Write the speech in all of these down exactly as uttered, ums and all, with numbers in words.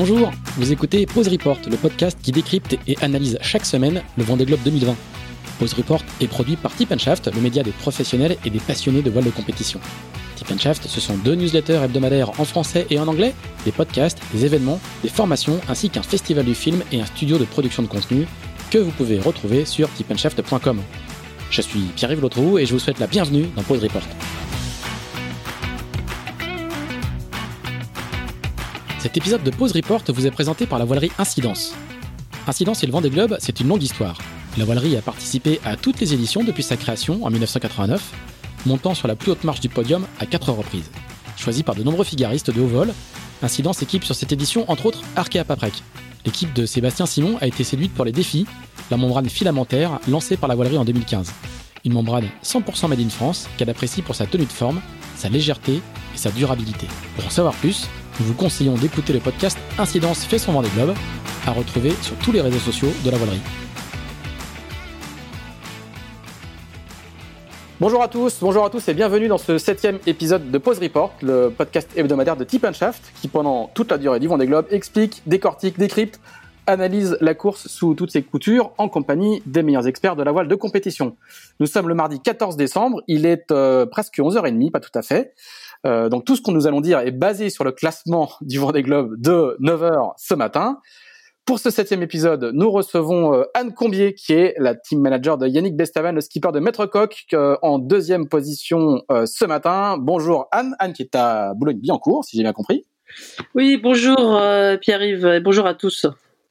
Bonjour, vous écoutez Pause Report, le podcast qui décrypte et analyse chaque semaine le Vendée Globe deux mille vingt. Pause Report est produit par Tip and Shaft, le média des professionnels et des passionnés de voile de compétition. Tip and Shaft, ce sont deux newsletters hebdomadaires en français et en anglais, des podcasts, des événements, des formations, ainsi qu'un festival du film et un studio de production de contenu que vous pouvez retrouver sur tip and shaft point com. Je suis Pierre-Yves Lotrou et je vous souhaite la bienvenue dans Pause Report. Cet épisode de Pause Report vous est présenté par la voilerie Incidence. Incidence et le Vendée Globe, c'est une longue histoire. La voilerie a participé à toutes les éditions depuis sa création en dix-neuf cent quatre-vingt-neuf, montant sur la plus haute marche du podium à quatre reprises. Choisi par de nombreux figaristes de haut vol, Incidence équipe sur cette édition entre autres Arkea Paprec. L'équipe de Sébastien Simon a été séduite pour les défis, la membrane filamentaire lancée par la voilerie en deux mille quinze. Une membrane cent pour cent made in France qu'elle apprécie pour sa tenue de forme, sa légèreté et sa durabilité. Pour en savoir plus, nous vous conseillons d'écouter le podcast Incidence fait son Vendée Globe, à retrouver sur tous les réseaux sociaux de la voilerie. Bonjour à tous, bonjour à tous et bienvenue dans ce septième épisode de Pause Report, le podcast hebdomadaire de Tip and Shaft qui pendant toute la durée du Vendée Globe explique, décortique, décrypte, analyse la course sous toutes ses coutures en compagnie des meilleurs experts de la voile de compétition. Nous sommes le mardi quatorze décembre, il est euh, presque onze heures trente, pas tout à fait. Euh, donc tout ce que nous allons dire est basé sur le classement du Vendée Globe de neuf heures ce matin. Pour ce septième épisode, nous recevons euh, Anne Combier, qui est la team manager de Yannick Bestaven, le skipper de Maître Coq, euh, en deuxième position euh, ce matin. Bonjour Anne, Anne qui est à Boulogne-Billancourt, si j'ai bien compris. Oui, bonjour euh, Pierre-Yves, et bonjour à tous.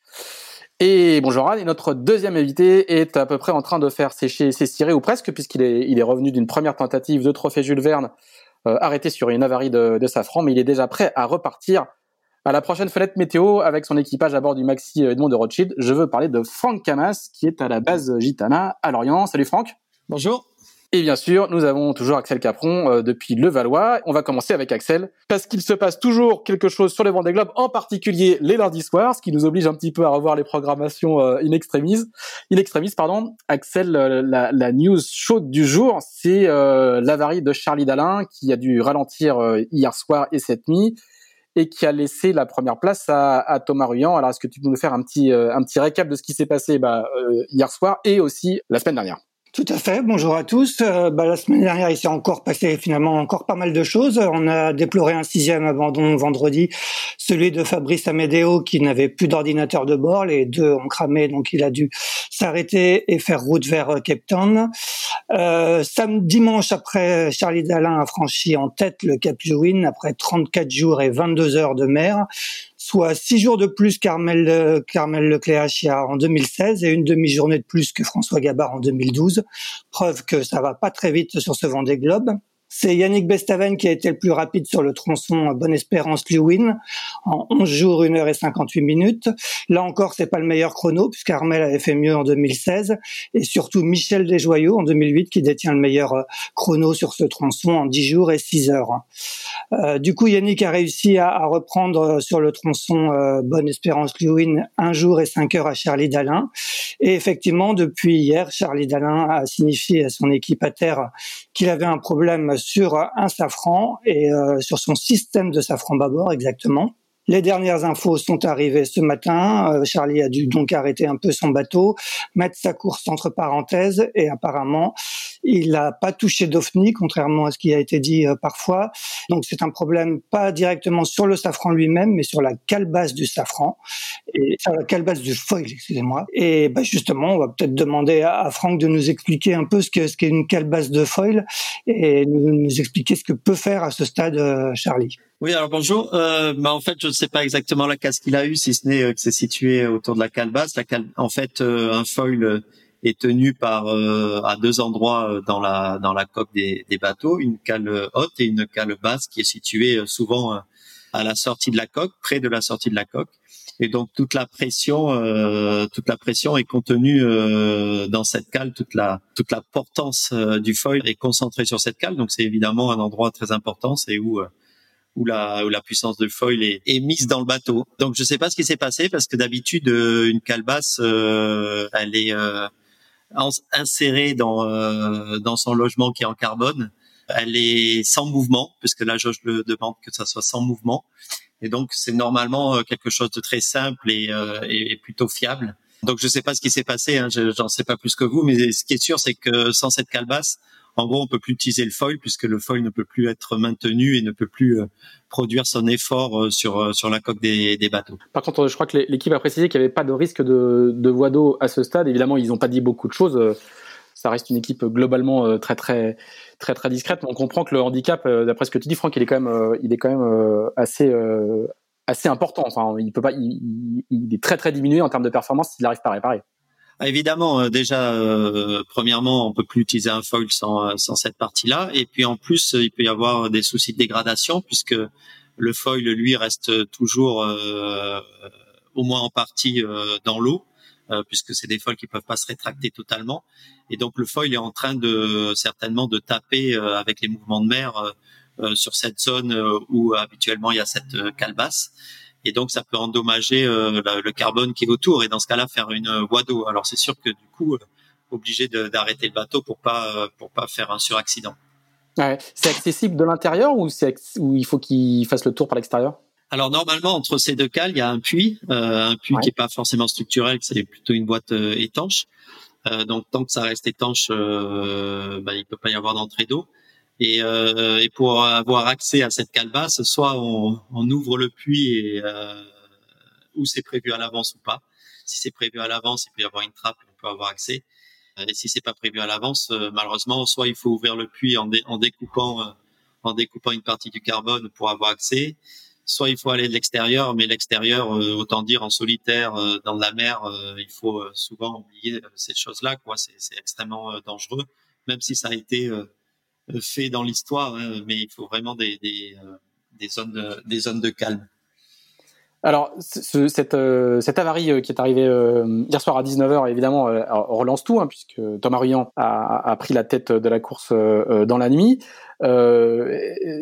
Et bonjour Anne, et notre deuxième invité est à peu près en train de faire sécher ses cirés, ou presque, puisqu'il est, il est revenu d'une première tentative de trophée Jules Verne, euh, arrêté sur une avarie de, de safran, mais il est déjà prêt à repartir à la prochaine fenêtre météo avec son équipage à bord du Maxi Edmond de Rothschild. Je veux parler de Franck Camas, qui est à la base Gitana à Lorient. Salut Franck. Bonjour. Et bien sûr, nous avons toujours Axel Capron euh, depuis Levallois. On va commencer avec Axel, parce qu'il se passe toujours quelque chose sur le Vendée Globe, en particulier les lundis soirs, ce qui nous oblige un petit peu à revoir les programmations euh, in extremis. In extremis, pardon. Axel, euh, la, la news chaude du jour, c'est euh, l'avarie de Charlie Dalin, qui a dû ralentir euh, hier soir et cette nuit, et qui a laissé la première place à, à Thomas Ruyant. Alors, est-ce que tu peux nous faire un petit, euh, un petit récap de ce qui s'est passé bah, euh, hier soir et aussi la semaine dernière? Tout à fait, bonjour à tous. Euh, bah, la semaine dernière, il s'est encore passé finalement encore pas mal de choses. On a déploré un sixième abandon vendredi, celui de Fabrice Amedeo qui n'avait plus d'ordinateur de bord. Les deux ont cramé, donc il a dû s'arrêter et faire route vers Cape Town. Euh, samedi, dimanche, après, Charlie Dalin a franchi en tête le Cap Juin après trente-quatre jours et vingt-deux heures de mer, soit six jours de plus qu'Armel, qu'Armel Lecléachiat en deux mille seize et une demi-journée de plus que François Gabard en deux mille douze. Preuve que ça va pas très vite sur ce Vendée Globe. C'est Yannick Bestaven qui a été le plus rapide sur le tronçon Bonne-Espérance-Lewin en onze jours, une heure et cinquante-huit minutes. Là encore, c'est pas le meilleur chrono puisqu'Armel avait fait mieux en deux mille seize et surtout Michel Desjoyaux en deux mille huit qui détient le meilleur chrono sur ce tronçon en dix jours et six heures. Euh, du coup, Yannick a réussi à, à reprendre sur le tronçon euh, Bonne-Espérance-Lewin un jour et cinq heures à Charlie Dalin. Et effectivement, depuis hier, Charlie Dalin a signifié à son équipe à terre qu'il avait un problème sur un safran et euh, sur son système de safran bâbord exactement. Les dernières infos sont arrivées ce matin. Euh, Charlie a dû donc arrêter un peu son bateau, mettre sa course entre parenthèses et apparemment, il n'a pas touché d'O F N I, contrairement à ce qui a été dit euh, parfois. Donc c'est un problème pas directement sur le safran lui-même, mais sur la calebasse du safran, et sur la calebasse du foil, excusez-moi. Et bah, justement, on va peut-être demander à, à Franck de nous expliquer un peu ce qu'est, ce qu'est une calebasse de foil et nous, nous expliquer ce que peut faire à ce stade euh, Charlie. Oui, alors bonjour. Euh, bah en fait, je ne sais pas exactement la casse qu'il a eue, si ce n'est euh, que c'est situé autour de la calebasse. La cal... En fait, euh, un foil est tenu par euh, à deux endroits dans la dans la coque des, des bateaux, une cale haute et une cale basse qui est située souvent à la sortie de la coque, près de la sortie de la coque. Et donc toute la pression, euh, toute la pression est contenue euh, dans cette cale. Toute la toute la portance euh, du foil est concentrée sur cette cale. Donc c'est évidemment un endroit très important. C'est où euh, où la où la puissance de foil est, est mise dans le bateau. Donc je sais pas ce qui s'est passé parce que d'habitude euh, une calebasse euh, elle est euh, insérée dans euh, dans son logement qui est en carbone. Elle est sans mouvement puisque là je le demande que ça soit sans mouvement. Et donc, c'est normalement quelque chose de très simple et, euh, et plutôt fiable. Donc, je ne sais pas ce qui s'est passé, hein, je, j'en sais pas plus que vous, mais ce qui est sûr, c'est que sans cette calebasse, en gros, on peut plus utiliser le foil puisque le foil ne peut plus être maintenu et ne peut plus euh, produire son effort euh, sur sur la coque des, des bateaux. Par contre, je crois que l'équipe a précisé qu'il n'y avait pas de risque de, de voie d'eau à ce stade. Évidemment, ils n'ont pas dit beaucoup de choses. Ça reste une équipe globalement très très très très discrète. Mais on comprend que le handicap, d'après ce que tu dis, Franck, il est quand même il est quand même assez assez important. Enfin, il peut pas, il, il est très très diminué en termes de performance s'il n'arrive pas à réparer. Ah, évidemment, euh, déjà, euh, premièrement, on peut plus utiliser un foil sans sans cette partie-là, et puis en plus, il peut y avoir des soucis de dégradation puisque le foil, lui, reste toujours euh, au moins en partie euh, dans l'eau, euh, puisque c'est des foils qui peuvent pas se rétracter totalement, et donc le foil est en train de certainement de taper euh, avec les mouvements de mer euh, euh, sur cette zone euh, où habituellement il y a cette euh, calebasse. Et donc, ça peut endommager euh, le, le carbone qui est autour. Et dans ce cas-là, faire une voie d'eau. Alors, c'est sûr que du coup, euh, obligé de, d'arrêter le bateau pour pas pour pas faire un suraccident. Ouais. C'est accessible de l'intérieur ou c'est ou il faut qu'il fasse le tour par l'extérieur? Alors, normalement, entre ces deux cales, il y a un puits, euh, un puits ouais. qui est pas forcément structurel, c'est plutôt une boîte euh, étanche. Euh, donc, tant que ça reste étanche, euh, bah, il peut pas y avoir d'entrée d'eau. Et, euh, et pour avoir accès à cette calebasse, soit on, on ouvre le puits et euh, ou c'est prévu à l'avance ou pas. Si c'est prévu à l'avance, il peut y avoir une trappe, on peut avoir accès. Et si c'est pas prévu à l'avance, euh, malheureusement, soit il faut ouvrir le puits en, dé, en découpant euh, en découpant une partie du carbone pour avoir accès, soit il faut aller de l'extérieur, mais l'extérieur, euh, autant dire en solitaire euh, dans la mer, euh, il faut euh, souvent oublier euh, ces choses-là, quoi. C'est, c'est extrêmement euh, dangereux, même si ça a été euh, fait dans l'histoire, hein, mais il faut vraiment des des, euh, des zones de, des zones de calme. Alors ce, cette euh, cette avarie euh, qui est arrivée euh, hier soir à dix-neuf heures, évidemment euh, relance tout, hein, puisque Thomas Ruyant a, a pris la tête de la course euh, dans la nuit. Euh,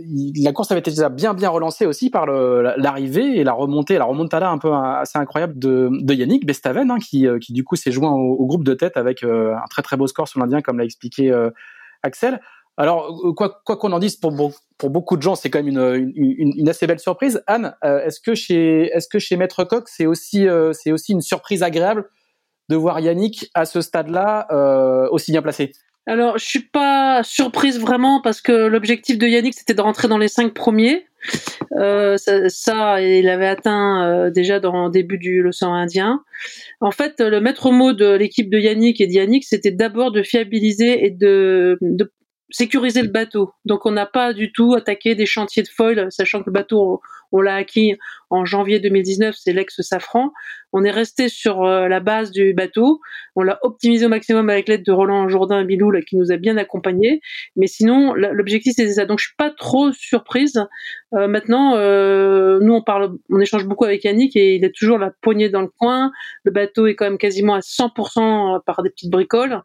la course avait été déjà bien bien relancée aussi par le, l'arrivée et la remontée, la remontada un peu assez incroyable de, de Yannick Bestaven, hein, qui qui du coup s'est joint au, au groupe de tête avec euh, un très très beau score sur l'Indien, comme l'a expliqué euh, Axel. Alors, quoi, quoi qu'on en dise, pour, pour beaucoup de gens, c'est quand même une, une, une assez belle surprise. Anne, euh, est-ce que chez, est-ce que chez Maître Coq, c'est aussi, euh, c'est aussi une surprise agréable de voir Yannick à ce stade-là euh, aussi bien placé? Alors, je suis pas surprise vraiment parce que l'objectif de Yannick, c'était de rentrer dans les cinq premiers. Euh, ça, ça, il avait atteint euh, déjà dans le début du l'océan Indien. En fait, le maître mot de l'équipe de Yannick et de Yannick, c'était d'abord de fiabiliser et de, de sécuriser le bateau. Donc, on n'a pas du tout attaqué des chantiers de foil, sachant que le bateau, on, on l'a acquis en janvier deux mille dix-neuf, c'est l'ex-Safran. On est resté sur euh, la base du bateau. On l'a optimisé au maximum avec l'aide de Roland Jourdain Bilou, là, qui nous a bien accompagnés. Mais sinon, l'objectif, c'est ça. Donc, je suis pas trop surprise. Euh, maintenant, euh, nous, on parle, on échange beaucoup avec Yannick et il est toujours la poignée dans le coin. Le bateau est quand même quasiment à cent pour cent par des petites bricoles.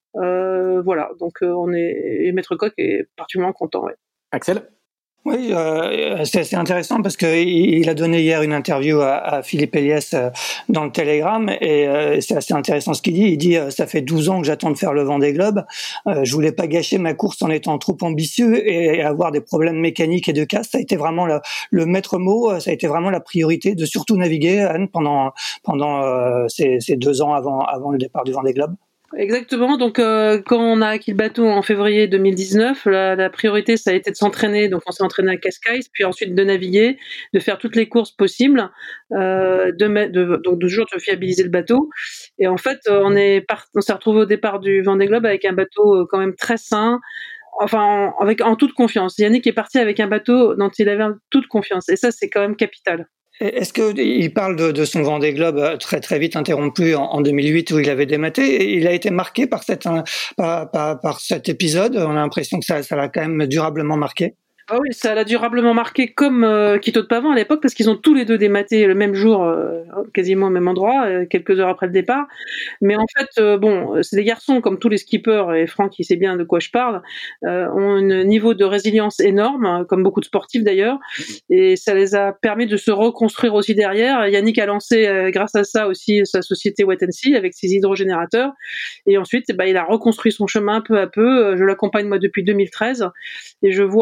Euh, voilà, donc euh, on est et Maître Coq est particulièrement content. Ouais. Axel? Oui, euh, c'est assez intéressant parce que il a donné hier une interview à, à Philippe Eliès euh, dans le Télégramme et euh, c'est assez intéressant ce qu'il dit. Il dit euh, ça fait douze ans que j'attends de faire le Vendée Globe. Euh, je voulais pas gâcher ma course en étant trop ambitieux et avoir des problèmes mécaniques et de casse. Ça a été vraiment le, le maître mot. Ça a été vraiment la priorité de surtout naviguer, Anne, pendant pendant euh, ces, ces deux ans avant avant le départ du Vendée Globe. Exactement. Donc, euh, quand on a acquis le bateau en février deux mille dix-neuf, la, la priorité, ça a été de s'entraîner. Donc, on s'est entraîné à Cascais, puis ensuite de naviguer, de faire toutes les courses possibles, euh, de, de, donc toujours de fiabiliser le bateau. Et en fait, on est part, on s'est retrouvé au départ du Vendée Globe avec un bateau quand même très sain. Enfin, en, avec en toute confiance. Yannick est parti avec un bateau dont il avait en toute confiance. Et ça, c'est quand même capital. Est-ce que il parle de, de son Vendée Globe très très vite interrompu en, en deux mille huit où il avait dématé? Il a été marqué par cette par, par, par cet épisode. On a l'impression que ça ça l'a quand même durablement marqué. Ah oui, ça l'a durablement marqué comme euh, Quito de Pavant à l'époque parce qu'ils ont tous les deux dématé le même jour, euh, quasiment au même endroit, euh, quelques heures après le départ. Mais en fait, euh, bon, c'est des garçons comme tous les skippers et Franck, il sait bien de quoi je parle, euh, ont un niveau de résilience énorme, comme beaucoup de sportifs d'ailleurs, et ça les a permis de se reconstruire aussi derrière. Yannick a lancé, euh, grâce à ça aussi, sa société Wet and See avec ses hydrogénérateurs, et ensuite, bah, il a reconstruit son chemin peu à peu. Je l'accompagne moi depuis deux mille treize et je vois euh,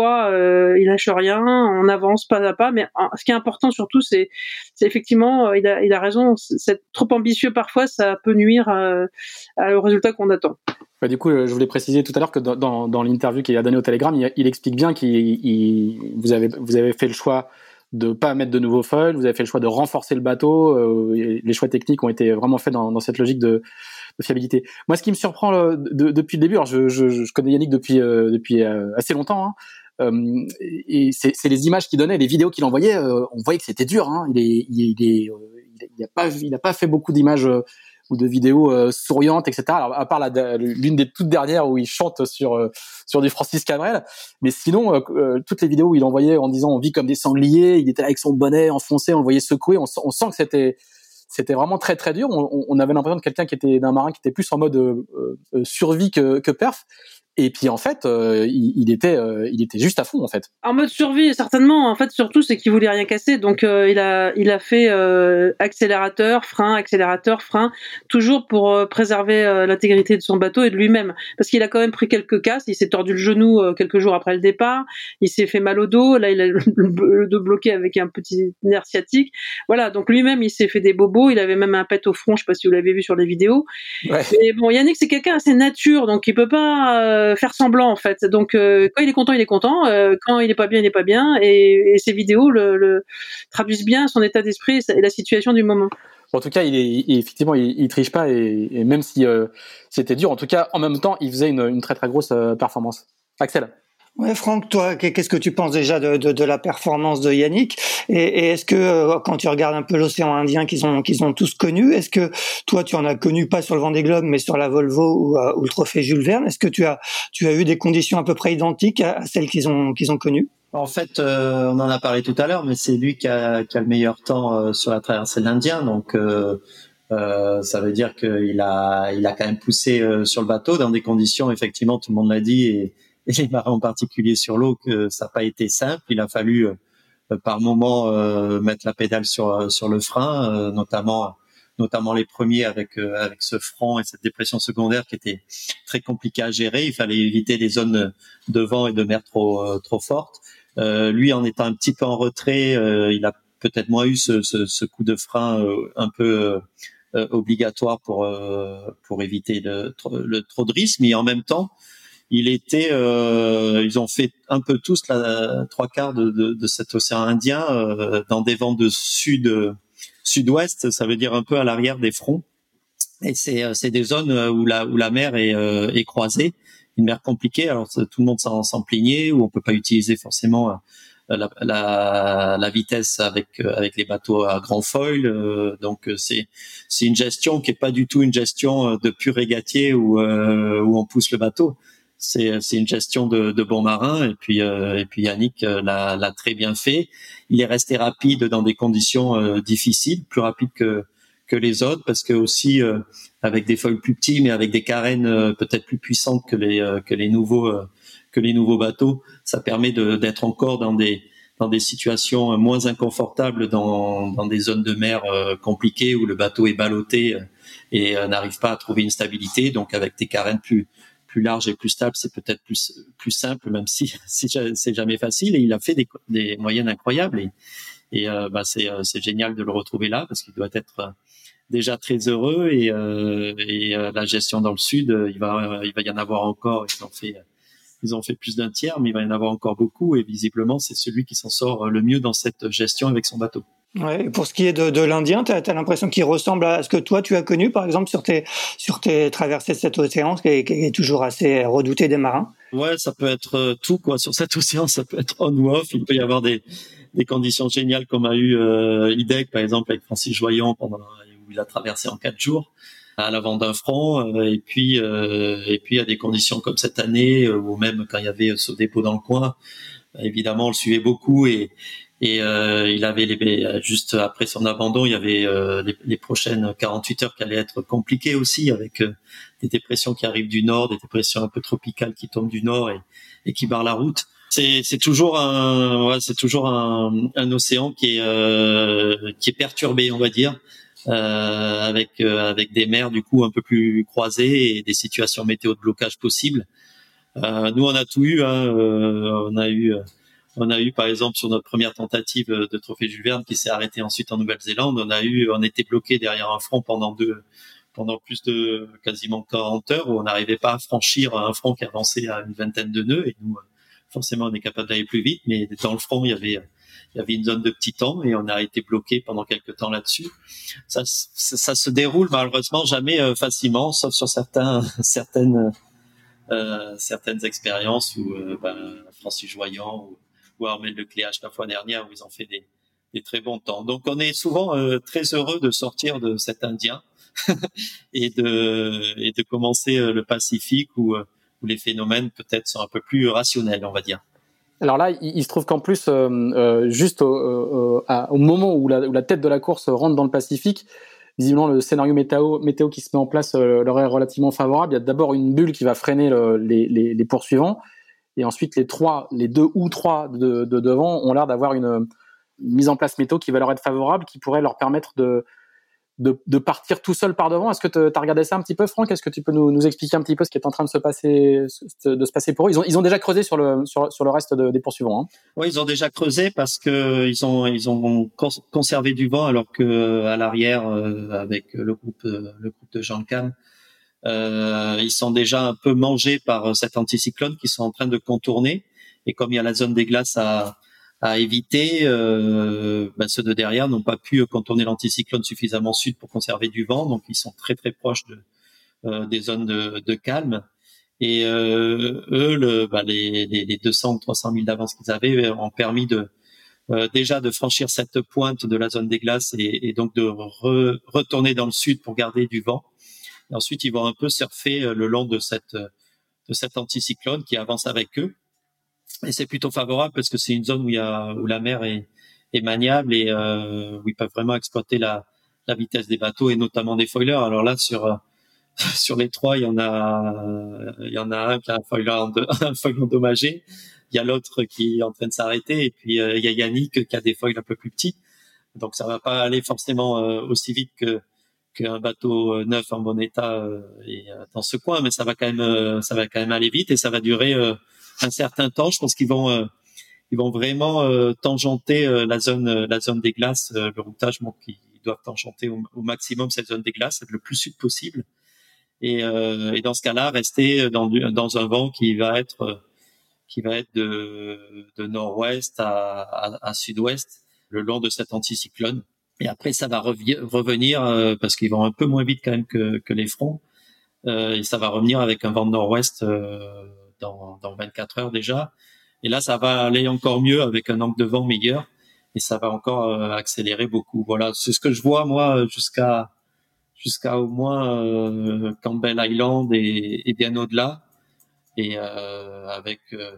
euh, il lâche rien, on avance pas à pas. Mais euh, ce qui est important surtout, c'est, c'est effectivement, euh, il a, il a raison, c'est trop ambitieux parfois, ça peut nuire euh, à, au résultat qu'on attend. Bah, du coup, je voulais préciser tout à l'heure que dans, dans, dans l'interview qu'il a donnée au Telegram, il, il explique bien qu'il il, vous avez vous avez fait le choix de pas mettre de nouveaux foils, vous avez fait le choix de renforcer le bateau. Euh, les choix techniques ont été vraiment faits dans, dans cette logique de, de fiabilité. Moi, ce qui me surprend euh, de, depuis le début, alors je, je, je connais Yannick depuis euh, depuis euh, assez longtemps, hein, euh, et c'est, c'est les images qu'il donnait, les vidéos qu'il envoyait. Euh, on voyait que c'était dur. Hein, il est il est il, est, il a pas il a pas fait beaucoup d'images. Euh, ou de vidéos euh, souriantes, et cetera. Alors, à part la, l'une des toutes dernières où il chante sur euh, sur du Francis Cabrel, mais sinon euh, euh, toutes les vidéos où il envoyait en disant on vit comme des sangliers, il était là avec son bonnet enfoncé, on le voyait secouer, on, on sent que c'était c'était vraiment très très dur. On, on avait l'impression de quelqu'un qui était d'un marin qui était plus en mode euh, euh, survie que, que perf. Et puis en fait, euh, il, il était, euh, il était juste à fond en fait. En mode survie, certainement. En fait, surtout, c'est qu'il voulait rien casser. Donc, euh, il a, il a fait euh, accélérateur, frein, accélérateur, frein, toujours pour euh, préserver euh, l'intégrité de son bateau et de lui-même. Parce qu'il a quand même pris quelques casses. Il s'est tordu le genou euh, quelques jours après le départ. Il s'est fait mal au dos. Là, il a le, le dos bloqué avec un petit nerf sciatique. Voilà. Donc lui-même, il s'est fait des bobos. Il avait même un pet au front. Je sais pas si vous l'avez vu sur les vidéos. Ouais. Mais bon, Yannick, c'est quelqu'un assez nature, donc il peut pas euh, faire semblant en fait. Donc euh, quand il est content, il est content. Euh, quand il est pas bien, il est pas bien. Et, et ces vidéos le, le traduisent bien son état d'esprit et la situation du moment. En tout cas, il est il, effectivement, il, il triche pas et, et même si euh, c'était dur, en tout cas, en même temps, il faisait une, une très très grosse euh, performance. Axel. Ouais, Franck, toi, qu'est-ce que tu penses déjà de, de, de la performance de Yannick et, et est-ce que euh, quand tu regardes un peu l'océan Indien qu'ils ont qu'ils ont tous connu, est-ce que toi tu en as connu pas sur le Vendée Globe mais sur la Volvo ou, euh, ou le Trophée Jules Verne, est-ce que tu as tu as eu des conditions à peu près identiques à, à celles qu'ils ont qu'ils ont connues? En fait, euh, on en a parlé tout à l'heure, mais c'est lui qui a, qui a le meilleur temps euh, sur la traversée de l'Indien, donc euh, euh, ça veut dire qu'il a il a quand même poussé euh, sur le bateau dans des conditions, effectivement, tout le monde l'a dit, et et les marins en particulier sur l'eau, que ça n'a pas été simple. Il a fallu euh, par moment euh, mettre la pédale sur sur le frein, euh, notamment notamment les premiers avec euh, avec ce front et cette dépression secondaire qui était très compliqué à gérer. Il fallait éviter les zones de vent et de mer trop euh, trop fortes. Euh, lui, en étant un petit peu en retrait, euh, il a peut-être moins eu ce, ce, ce coup de frein euh, un peu euh, obligatoire pour euh, pour éviter le, le trop de risques, mais en même temps il était, euh, ils ont fait un peu tous la trois quarts de, de, de cet océan Indien euh, dans des vents de sud sud-ouest, ça veut dire un peu à l'arrière des fronts. Et c'est c'est des zones où la où la mer est, euh, est croisée, une mer compliquée. Alors tout le monde s'en, s'en plaignait, où on peut pas utiliser forcément la, la, la vitesse avec avec les bateaux à grand foil. Donc c'est c'est une gestion qui est pas du tout une gestion de pur régatier où euh, où on pousse le bateau. C'est, c'est une gestion de, de bons marins et puis euh, et puis Yannick euh, l'a, l'a très bien fait. Il est resté rapide dans des conditions euh, difficiles, plus rapide que que les autres parce que aussi euh, avec des foils plus petits mais avec des carènes euh, peut-être plus puissantes que les euh, que les nouveaux euh, que les nouveaux bateaux, ça permet de, d'être encore dans des dans des situations moins inconfortables dans dans des zones de mer euh, compliquées où le bateau est ballotté et euh, n'arrive pas à trouver une stabilité. Donc avec des carènes plus plus large et plus stable, c'est peut-être plus plus simple, même si, si c'est jamais facile. Et il a fait des, des moyennes incroyables. Et, et euh, bah c'est c'est génial de le retrouver là parce qu'il doit être déjà très heureux. Et, euh, et euh, la gestion dans le sud, il va il va y en avoir encore. Ils ont fait ils ont fait plus d'un tiers, mais il va y en avoir encore beaucoup. Et visiblement, c'est celui qui s'en sort le mieux dans cette gestion avec son bateau. Ouais, et pour ce qui est de, de l'Indien, tu as l'impression qu'il ressemble à ce que toi tu as connu, par exemple, sur tes, sur tes traversées de cet océan, qui est, qui est toujours assez redouté des marins. Ouais, ça peut être tout, quoi. Sur cet océan, ça peut être on ou off. Il peut y avoir des, des conditions géniales comme a eu euh, Hideg, par exemple, avec Francis Joyon, pendant, où il a traversé en quatre jours à l'avant d'un front. Euh, et puis, euh, et puis, il y a des conditions comme cette année, euh, ou même quand il y avait ce dépôt dans le coin. Évidemment, on le suivait beaucoup et Et euh, il avait les, juste après son abandon, il y avait euh, les, les prochaines quarante-huit heures qui allaient être compliquées aussi, avec euh, des dépressions qui arrivent du nord, des dépressions un peu tropicales qui tombent du nord et, et qui barrent la route. C'est, c'est toujours un, ouais, c'est toujours un, un océan qui est euh, qui est perturbé, on va dire, euh, avec euh, avec des mers du coup un peu plus croisées et des situations météo de blocage possibles. Euh, nous, on a tout eu, hein, euh, on a eu On a eu, par exemple, sur notre première tentative de trophée Jules Verne, qui s'est arrêtée ensuite en Nouvelle-Zélande, on a eu, on était bloqué derrière un front pendant deux, pendant plus de quasiment quarante heures, où on n'arrivait pas à franchir un front qui avançait à une vingtaine de nœuds. Et nous, forcément, on est capable d'aller plus vite, mais dans le front, il y avait, il y avait une zone de petits temps et on a été bloqué pendant quelques temps là-dessus. Ça, ça, ça se déroule malheureusement jamais facilement, sauf sur certains, certaines, euh, certaines expériences où, euh, ben, Francis Joyant ou ou Armel Lecléache la fois dernière, où ils ont fait des, des très bons temps. Donc, on est souvent euh, très heureux de sortir de cet Indien et de et de commencer euh, le Pacifique, où, euh, où les phénomènes peut-être sont un peu plus rationnels, on va dire. Alors là, il, il se trouve qu'en plus, euh, euh, juste au, euh, à, au moment où la, où la tête de la course rentre dans le Pacifique, visiblement le scénario météo, météo qui se met en place euh, leur est relativement favorable. Il y a d'abord une bulle qui va freiner le, les, les, les poursuivants. Et ensuite, les trois, les deux ou trois de, de devant ont l'air d'avoir une, une mise en place météo qui va leur être favorable, qui pourrait leur permettre de, de, de partir tout seul par devant. Est-ce que tu as regardé ça un petit peu, Franck? Est-ce que tu peux nous, nous expliquer un petit peu ce qui est en train de se passer, de se passer pour eux? Ils ont, ils ont déjà creusé sur le, sur, sur le reste de, des poursuivants. Hein. Oui, ils ont déjà creusé parce que ils ont, ils ont conservé du vent, alors que à l'arrière, euh, avec le groupe, euh, le groupe de Jean Le Cam, Euh, ils sont déjà un peu mangés par cet anticyclone qu'ils sont en train de contourner. Et comme il y a la zone des glaces à, à éviter, euh, ben ceux de derrière n'ont pas pu contourner l'anticyclone suffisamment sud pour conserver du vent. Donc, ils sont très, très proches de, euh, des zones de, de calme. Et euh, eux, le, ben les, les, les deux cents ou trois cents milles d'avance qu'ils avaient ont permis de euh, déjà de franchir cette pointe de la zone des glaces et, et donc de re, retourner dans le sud pour garder du vent. Et ensuite, ils vont un peu surfer le long de cette de cet anticyclone qui avance avec eux. Et c'est plutôt favorable parce que c'est une zone où il y a où la mer est, est maniable et euh, où ils peuvent vraiment exploiter la la vitesse des bateaux et notamment des foilers. Alors là, sur sur les trois, il y en a il y en a un qui a un foiler un foiler endommagé. Il y a l'autre qui est en train de s'arrêter et puis euh, il y a Yannick qui a des foils un peu plus petits. Donc ça va pas aller forcément euh, aussi vite que qu'un bateau neuf en bon état euh, est dans ce coin, mais ça va quand même, euh, ça va quand même aller vite et ça va durer euh, un certain temps. Je pense qu'ils vont, euh, ils vont vraiment euh, tangenter euh, la zone, euh, la zone des glaces. Euh, le routage montre qu'ils doivent tangenter au, au maximum cette zone des glaces, être le plus sud possible. Et, euh, et dans ce cas-là, rester dans, du, dans un vent qui va être, euh, qui va être de, de nord-ouest à, à, à sud-ouest, le long de cet anticyclone. Et après, ça va revi- revenir euh, parce qu'ils vont un peu moins vite quand même que, que les fronts. Euh, et ça va revenir avec un vent de nord-ouest euh, dans, dans vingt-quatre heures déjà. Et là, ça va aller encore mieux avec un angle de vent meilleur. Et ça va encore euh, accélérer beaucoup. Voilà, c'est ce que je vois moi jusqu'à jusqu'à au moins euh, Campbell Island et, et bien au-delà. Et euh, avec euh,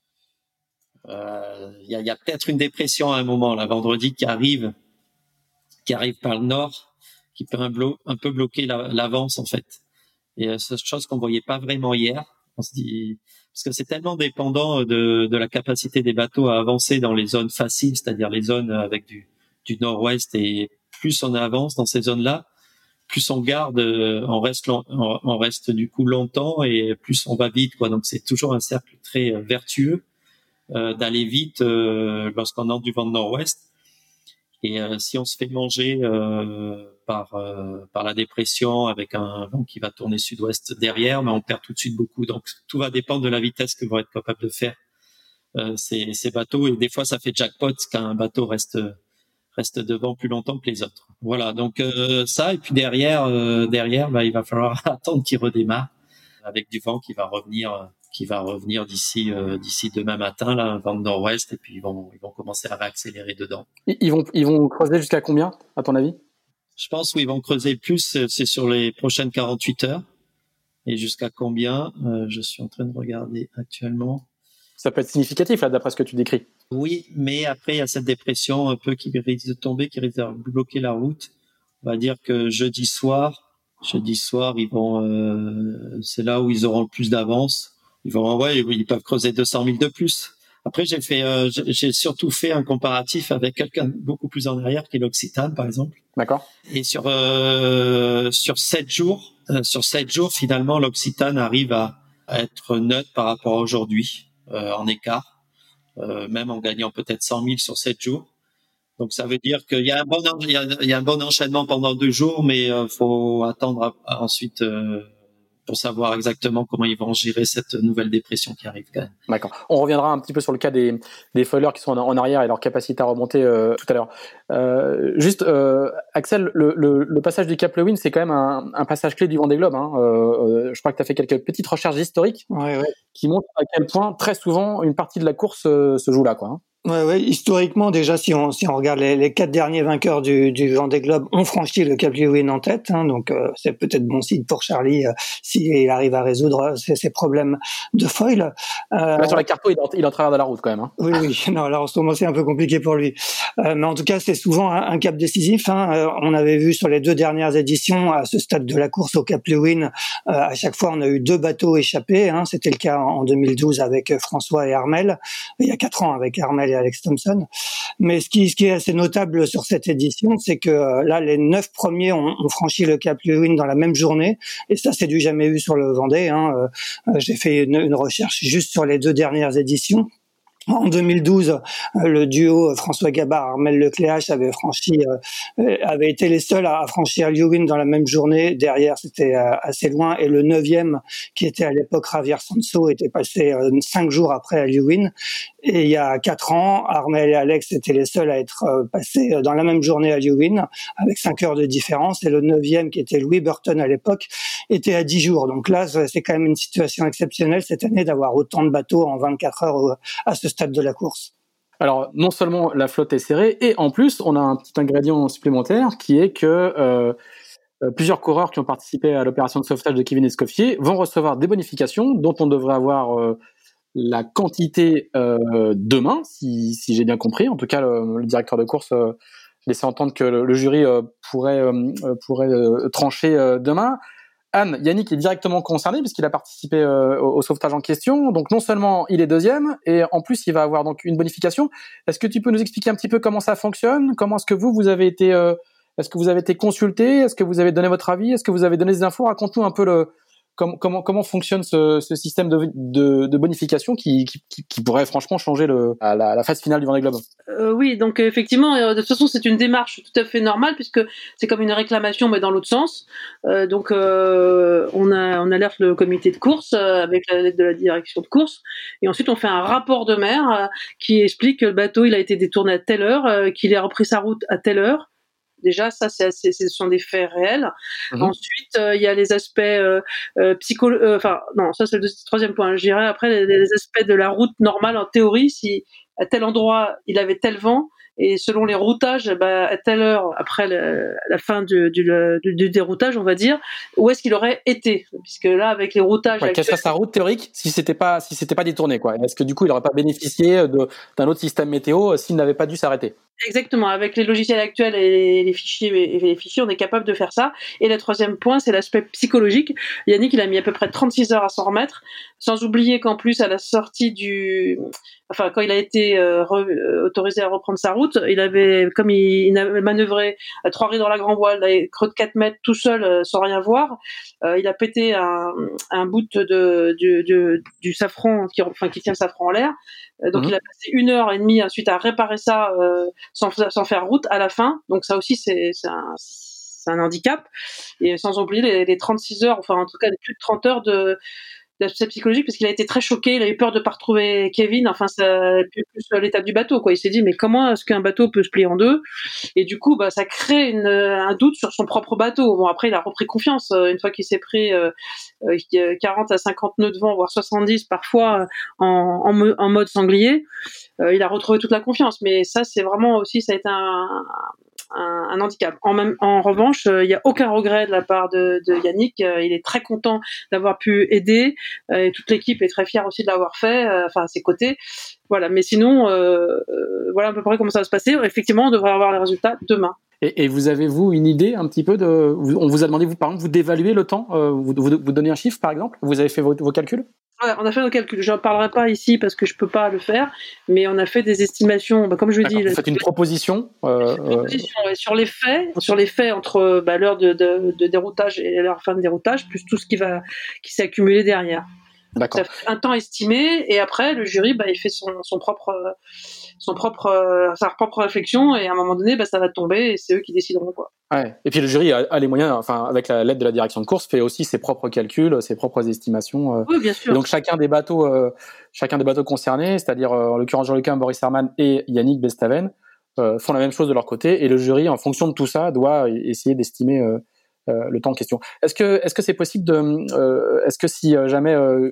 euh, il y a, y a peut-être une dépression à un moment là, vendredi qui arrive. qui arrive par le nord, qui peut un, blo- un peu bloquer la, l'avance en fait. Et euh, c'est une chose qu'on voyait pas vraiment hier. On se dit parce que c'est tellement dépendant de, de la capacité des bateaux à avancer dans les zones faciles, c'est-à-dire les zones avec du, du nord-ouest. Et plus on avance dans ces zones-là, plus on garde, on reste, long, on reste du coup longtemps et plus on va vite, quoi. Donc c'est toujours un cercle très vertueux euh, d'aller vite euh, lorsqu'on entre du vent de nord-ouest. Et euh, si on se fait manger euh, par euh, par la dépression avec un vent qui va tourner sud-ouest derrière, mais on perd tout de suite beaucoup. Donc tout va dépendre de la vitesse que vont être capables de faire euh, ces, ces bateaux. Et des fois, ça fait jackpot quand un bateau reste reste devant plus longtemps que les autres. Voilà. Donc euh, ça. Et puis derrière, euh, derrière, bah, il va falloir attendre qu'il redémarre avec du vent qui va revenir. Euh, qui va revenir d'ici euh, d'ici demain matin, là, un vent de nord-ouest, et puis ils vont ils vont commencer à réaccélérer dedans. Ils vont ils vont creuser jusqu'à combien, à ton avis? Je pense qu'ils vont creuser plus, c'est sur les prochaines quarante-huit heures. Et jusqu'à combien euh, je suis en train de regarder actuellement. Ça peut être significatif là, d'après ce que tu décris. Oui, mais après il y a cette dépression un peu qui risque de tomber, qui risque de bloquer la route. On va dire que jeudi soir, jeudi soir, ils vont, euh, c'est là où ils auront le plus d'avance. Ils vont, ouais, ils peuvent creuser deux cents milles de plus. Après, j'ai fait, euh, j'ai surtout fait un comparatif avec quelqu'un beaucoup plus en arrière, qui est l'Occitane, par exemple. D'accord. Et sur euh, sur sept jours, euh, sur sept jours, finalement, l'Occitane arrive à, à être neutre par rapport à aujourd'hui euh, en écart. euh, même en gagnant peut-être cent mille sur sept jours. Donc ça veut dire qu'il y a un bon, il y a, il y a un bon enchaînement pendant deux jours, mais euh, faut attendre à, à ensuite euh, pour savoir exactement comment ils vont gérer cette nouvelle dépression qui arrive quand même. D'accord. On reviendra un petit peu sur le cas des, des foilers qui sont en, en arrière et leur capacité à remonter euh, tout à l'heure. Euh, juste, euh, Axel, le, le, le passage du Cap Lewin, c'est quand même un, un passage clé du Vendée Globe. Hein. Euh, je crois que tu as fait quelques petites recherches historiques ouais, ouais. qui montrent à quel point, très souvent, une partie de la course euh, se joue là, quoi. Hein. Ouais, ouais. Historiquement, déjà, si on si on regarde les, les quatre derniers vainqueurs du du Vendée Globe, ont franchi le Cap Lewin en tête. Hein, donc euh, c'est peut-être bon signe pour Charlie euh, s'il arrive à résoudre ses, ses problèmes de foil. Euh, Là sur la carto, il est, en, il est en travers de la route quand même. Hein. Oui, oui. Non, alors en ce moment c'est un peu compliqué pour lui. Euh, mais en tout cas, c'est souvent un, un cap décisif. Hein. Euh, on avait vu sur les deux dernières éditions, à ce stade de la course au Cap Lewin, euh, à chaque fois on a eu deux bateaux échappés. Hein. C'était le cas en deux mille douze avec François et Armel. Il y a quatre ans avec Armel et Alex Thompson. Mais ce qui, ce qui est assez notable sur cette édition, c'est que euh, là, les neuf premiers ont, ont franchi le Cap Lewin dans la même journée. Et ça, c'est du jamais vu sur le Vendée. Hein. Euh, j'ai fait une, une recherche juste sur les deux dernières éditions. En deux mille douze, le duo François Gabard, Armel Lecléache avait franchi, euh, avait été les seuls à franchir Lewin dans la même journée. Derrière, c'était euh, assez loin. Et le neuvième, qui était à l'époque Javier Sanso, était passé euh, cinq jours après à Lewin. Et il y a quatre ans, Armel et Alex étaient les seuls à être euh, passés dans la même journée à Lewin, avec cinq heures de différence. Et le neuvième, qui était Louis Burton à l'époque, était à dix jours. Donc là, c'est quand même une situation exceptionnelle cette année d'avoir autant de bateaux en vingt-quatre heures à ce stade de la course. Alors, non seulement la flotte est serrée, et en plus, on a un petit ingrédient supplémentaire qui est que euh, plusieurs coureurs qui ont participé à l'opération de sauvetage de Kevin Escoffier vont recevoir des bonifications dont on devrait avoir euh, la quantité euh, demain, si, si j'ai bien compris. En tout cas, le, le directeur de course euh, laissait entendre que le, le jury euh, pourrait, euh, pourrait euh, trancher euh, demain. Anne, Yannick est directement concerné puisqu'il a participé euh, au, au sauvetage en question. Donc non seulement il est deuxième, et en plus il va avoir donc une bonification. Est-ce que tu peux nous expliquer un petit peu comment ça fonctionne ? Comment est-ce que vous, vous avez été, euh, est-ce que vous avez été consulté ? Est-ce que vous avez donné votre avis ? Est-ce que vous avez donné des infos ? Raconte-nous un peu le comment comment comment fonctionne ce, ce système de, de, de bonification qui, qui qui pourrait franchement changer le la, la phase finale du Vendée Globe. Euh, oui, donc effectivement, euh, de toute façon, c'est une démarche tout à fait normale puisque c'est comme une réclamation mais dans l'autre sens. Euh, donc euh, on a on alerte le comité de course euh, avec la lettre de la direction de course et ensuite on fait un rapport de mer euh, qui explique que le bateau il a été détourné à telle heure, euh, qu'il a repris sa route à telle heure. Déjà, ça, c'est assez, ce sont des faits réels. Mmh. Ensuite, il euh, y a les aspects euh, euh, psychologiques. Enfin, euh, non, ça c'est le troisième point. Je dirais après les, les aspects de la route normale en théorie. Si à tel endroit il avait tel vent et selon les routages, bah, à telle heure après le, la fin du, du, du, du déroutage, on va dire, où est-ce qu'il aurait été ? Puisque là, avec les routages, ouais, quelle serait sa route théorique si c'était pas si c'était pas détourné, quoi ? Est-ce que du coup, il n'aurait pas bénéficié de, d'un autre système météo s'il n'avait pas dû s'arrêter ? Exactement. Avec les logiciels actuels et les fichiers, et les fichiers, on est capable de faire ça. Et le troisième point, c'est l'aspect psychologique. Yannick, il a mis à peu près trente-six heures à s'en remettre, sans oublier qu'en plus, à la sortie du, enfin, quand il a été euh, re, euh, autorisé à reprendre sa route, il avait, comme il, il avait manœuvré à trois ris dans la grand voile, là, creux de quatre mètres, tout seul, euh, sans rien voir, euh, il a pété un, un bout de, du, du, du safran, qui, enfin, qui tient le safran en l'air. Euh, donc, mmh. il a passé une heure et demie ensuite à réparer ça, euh, sans, sans faire route à la fin. Donc, ça aussi, c'est, c'est un, c'est un handicap. Et sans oublier les, les trente-six heures, enfin, en tout cas, les plus de trente heures de, d'aspect psychologique, parce qu'il a été très choqué, il a eu peur de pas retrouver Kevin, enfin, ça, plus, plus l'état du bateau, quoi. Il s'est dit, mais comment est-ce qu'un bateau peut se plier en deux? Et du coup, bah, ça crée une, un doute sur son propre bateau. Bon, après, il a repris confiance, une fois qu'il s'est pris, euh, quarante à cinquante nœuds de vent, voire soixante-dix parfois, en, en, en mode sanglier. Euh, il a retrouvé toute la confiance. Mais ça, c'est vraiment aussi, ça a été un, un, un handicap. En, même, en revanche, il euh, n'y a aucun regret de la part de, de Yannick. Euh, il est très content d'avoir pu aider. Euh, et toute l'équipe est très fière aussi de l'avoir fait, euh, enfin, à ses côtés. Voilà. Mais sinon, euh, euh, voilà à peu près comment ça va se passer. Effectivement, on devrait avoir les résultats demain. Et, et vous avez, vous, une idée un petit peu de... On vous a demandé, vous, par exemple, vous d'évaluer le temps, euh, vous, vous, vous donnez un chiffre, par exemple ? Vous avez fait vos, vos calculs ? Ouais, on a fait nos calculs. Je n'en parlerai pas ici parce que je peux pas le faire, mais on a fait des estimations. Bah, comme je dis, vous faites une proposition, euh, une proposition ouais, sur les faits, sur les faits entre bah, l'heure de, de, de déroutage et l'heure fin de déroutage, plus tout ce qui va, qui s'est accumulé derrière. D'accord. Ça fait un temps estimé, et après le jury, bah, il fait son, son propre, son propre, euh, sa propre réflexion, et à un moment donné, bah, ça va tomber, et c'est eux qui décideront, quoi. Ouais. Et puis le jury a, a les moyens, enfin avec la l'aide de la direction de course, fait aussi ses propres calculs, ses propres estimations. Euh. Oui, bien sûr. Et donc chacun des bateaux, euh, chacun des bateaux concernés, c'est-à-dire euh, en l'occurrence Jean Lequin, Boris Herrmann et Yannick Bestaven, euh, font la même chose de leur côté, et le jury, en fonction de tout ça, doit essayer d'estimer euh, euh, le temps en question. Est-ce que est-ce que c'est possible de, euh, est-ce que si jamais euh,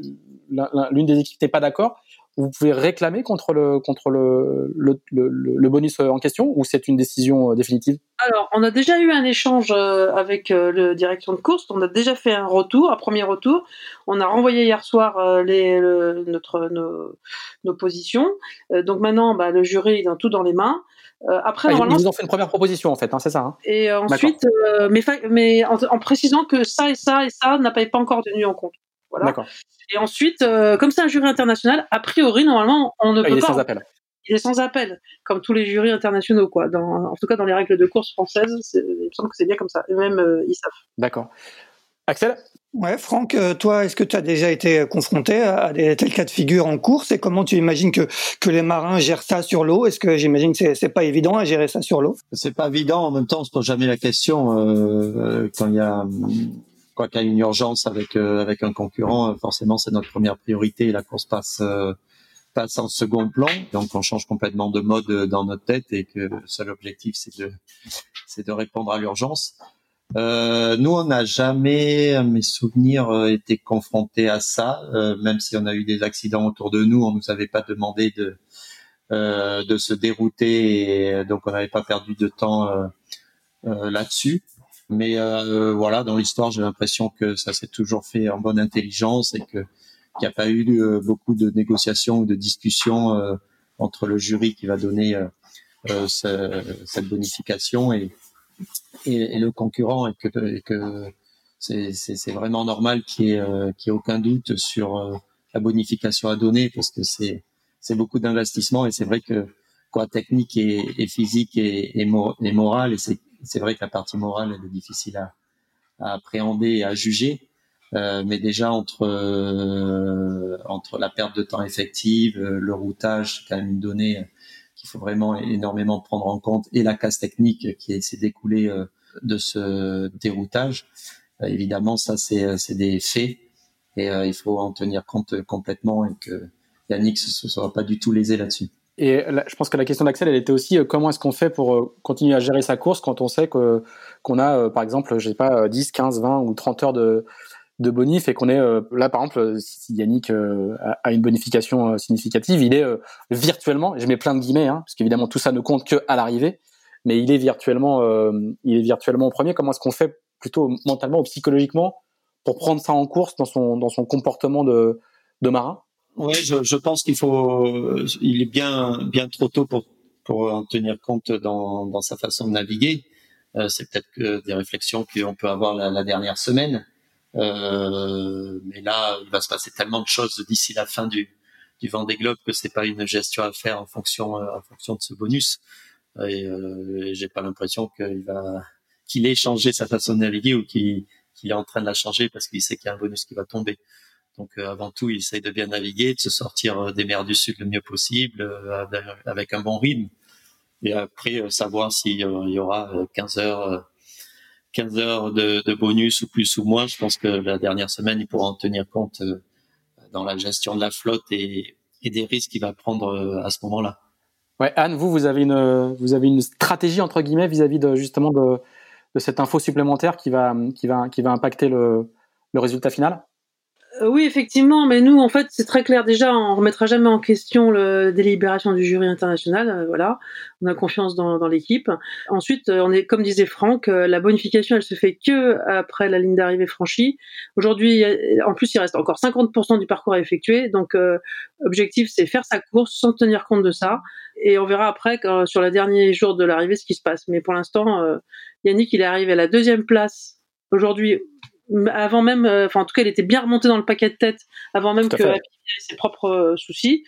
l'une des équipes n'est pas d'accord, vous pouvez réclamer contre le contre le le, le, le bonus en question, ou c'est une décision définitive? Alors, on a déjà eu un échange avec le direction de course. On a déjà fait un retour, un premier retour. On a renvoyé hier soir les, le, notre nos, nos positions. Donc maintenant, bah, le jury il a tout dans les mains. Euh, après, ah, normalement, ils vous ont fait une première proposition en fait, hein, c'est ça. Hein, et ensuite, euh, mais, mais en, en précisant que ça et ça et ça n'a pas, pas encore tenu en compte. Voilà. D'accord. Et ensuite, euh, comme c'est un jury international, a priori, normalement, on ne ah, peut il est pas. Sans appel. Il est sans appel, comme tous les jurys internationaux, quoi. Dans, en tout cas, dans les règles de course françaises, c'est, il me semble que c'est bien comme ça. Et même euh, I S A F. D'accord. Axel? Ouais, Franck, toi, est-ce que tu as déjà été confronté à des tels cas de figure en course, et comment tu imagines que que les marins gèrent ça sur l'eau? Est-ce que j'imagine que c'est, c'est pas évident à gérer ça sur l'eau? C'est pas évident. En même temps, on se pose jamais la question euh, quand il y a quoi qu'il y a une urgence avec euh, avec un concurrent. Forcément, c'est notre première priorité. La course passe. Euh, passe en second plan, donc on change complètement de mode dans notre tête, et que le seul objectif c'est de c'est de répondre à l'urgence. Euh, nous, on n'a jamais, à mes souvenirs, euh, été confrontés à ça, euh, même si on a eu des accidents autour de nous, on nous avait pas demandé de euh, de se dérouter, et donc on n'avait pas perdu de temps euh, euh, là-dessus. Mais euh, voilà, dans l'histoire, j'ai l'impression que ça s'est toujours fait en bonne intelligence, et que qu'il n'y a pas eu euh, beaucoup de négociations ou de discussions euh, entre le jury qui va donner euh, euh, ce, cette bonification et, et, et le concurrent, et que, et que c'est, c'est, c'est vraiment normal qu'il y ait, euh, qu'il y ait aucun doute sur euh, la bonification à donner, parce que c'est, c'est beaucoup d'investissement, et c'est vrai que quoi, technique et, et physique et, et, mor- et morale, et c'est, c'est vrai que la partie morale elle est difficile à, à appréhender et à juger. Euh, mais déjà entre euh, entre la perte de temps effective, euh, le routage, c'est quand même une donnée euh, qu'il faut vraiment énormément prendre en compte, et la casse technique qui s'est découlée euh, de ce déroutage. Euh, évidemment, ça c'est c'est des faits, et euh, il faut en tenir compte complètement, et que Yannick ne sera pas du tout lésé là-dessus. Et là, je pense que la question d'Axel, elle était aussi euh, comment est-ce qu'on fait pour euh, continuer à gérer sa course quand on sait que qu'on a euh, par exemple, je sais pas, dix, quinze, vingt ou trente heures de de bonif, et qu'on est euh, là par exemple, si Yannick euh, a une bonification euh, significative, il est euh, virtuellement, je mets plein de guillemets, hein, parce qu'évidemment tout ça ne compte que à l'arrivée, mais il est virtuellement euh, il est virtuellement au premier. Comment est-ce qu'on fait plutôt mentalement ou psychologiquement pour prendre ça en course dans son dans son comportement de de marin? Oui, je, je pense qu'il faut, il est bien bien trop tôt pour pour en tenir compte dans dans sa façon de naviguer. Euh, c'est peut-être que des réflexions qu'on peut avoir la, la dernière semaine. Euh, mais là, il va se passer tellement de choses d'ici la fin du du Vendée Globe que c'est pas une gestion à faire en fonction euh, en fonction de ce bonus. Et euh, j'ai pas l'impression qu'il va qu'il ait changé sa façon de naviguer, ou qu'il qu'il est en train de la changer parce qu'il sait qu'il y a un bonus qui va tomber. Donc euh, avant tout, il essaye de bien naviguer, de se sortir des mers du Sud le mieux possible, euh, avec un bon rythme. Et après, euh, savoir s'il euh, y aura quinze heures, euh, quinze heures de, de bonus ou plus ou moins. Je pense que la dernière semaine, il pourra en tenir compte euh, dans la gestion de la flotte, et, et des risques qu'il va prendre euh, à ce moment-là. Ouais, Anne, vous, vous avez une, vous avez une stratégie entre guillemets vis-à-vis de justement de, de cette info supplémentaire qui va, qui va, qui va impacter le, le résultat final? Oui, effectivement, mais nous, en fait, c'est très clair. Déjà, on remettra jamais en question la délibération du jury international. Euh, voilà, on a confiance dans, dans l'équipe. Ensuite, on est, comme disait Franck, la bonification, elle se fait que après la ligne d'arrivée franchie. Aujourd'hui, en plus, il reste encore cinquante pour cent du parcours à effectuer. Donc, euh, objectif, c'est faire sa course sans tenir compte de ça. Et on verra après, quand, sur les derniers jours de l'arrivée, ce qui se passe. Mais pour l'instant, euh, Yannick, il est arrivé à la deuxième place aujourd'hui. Avant même, enfin euh, en tout cas, elle était bien remontée dans le paquet de tête avant même que Happy ses propres soucis.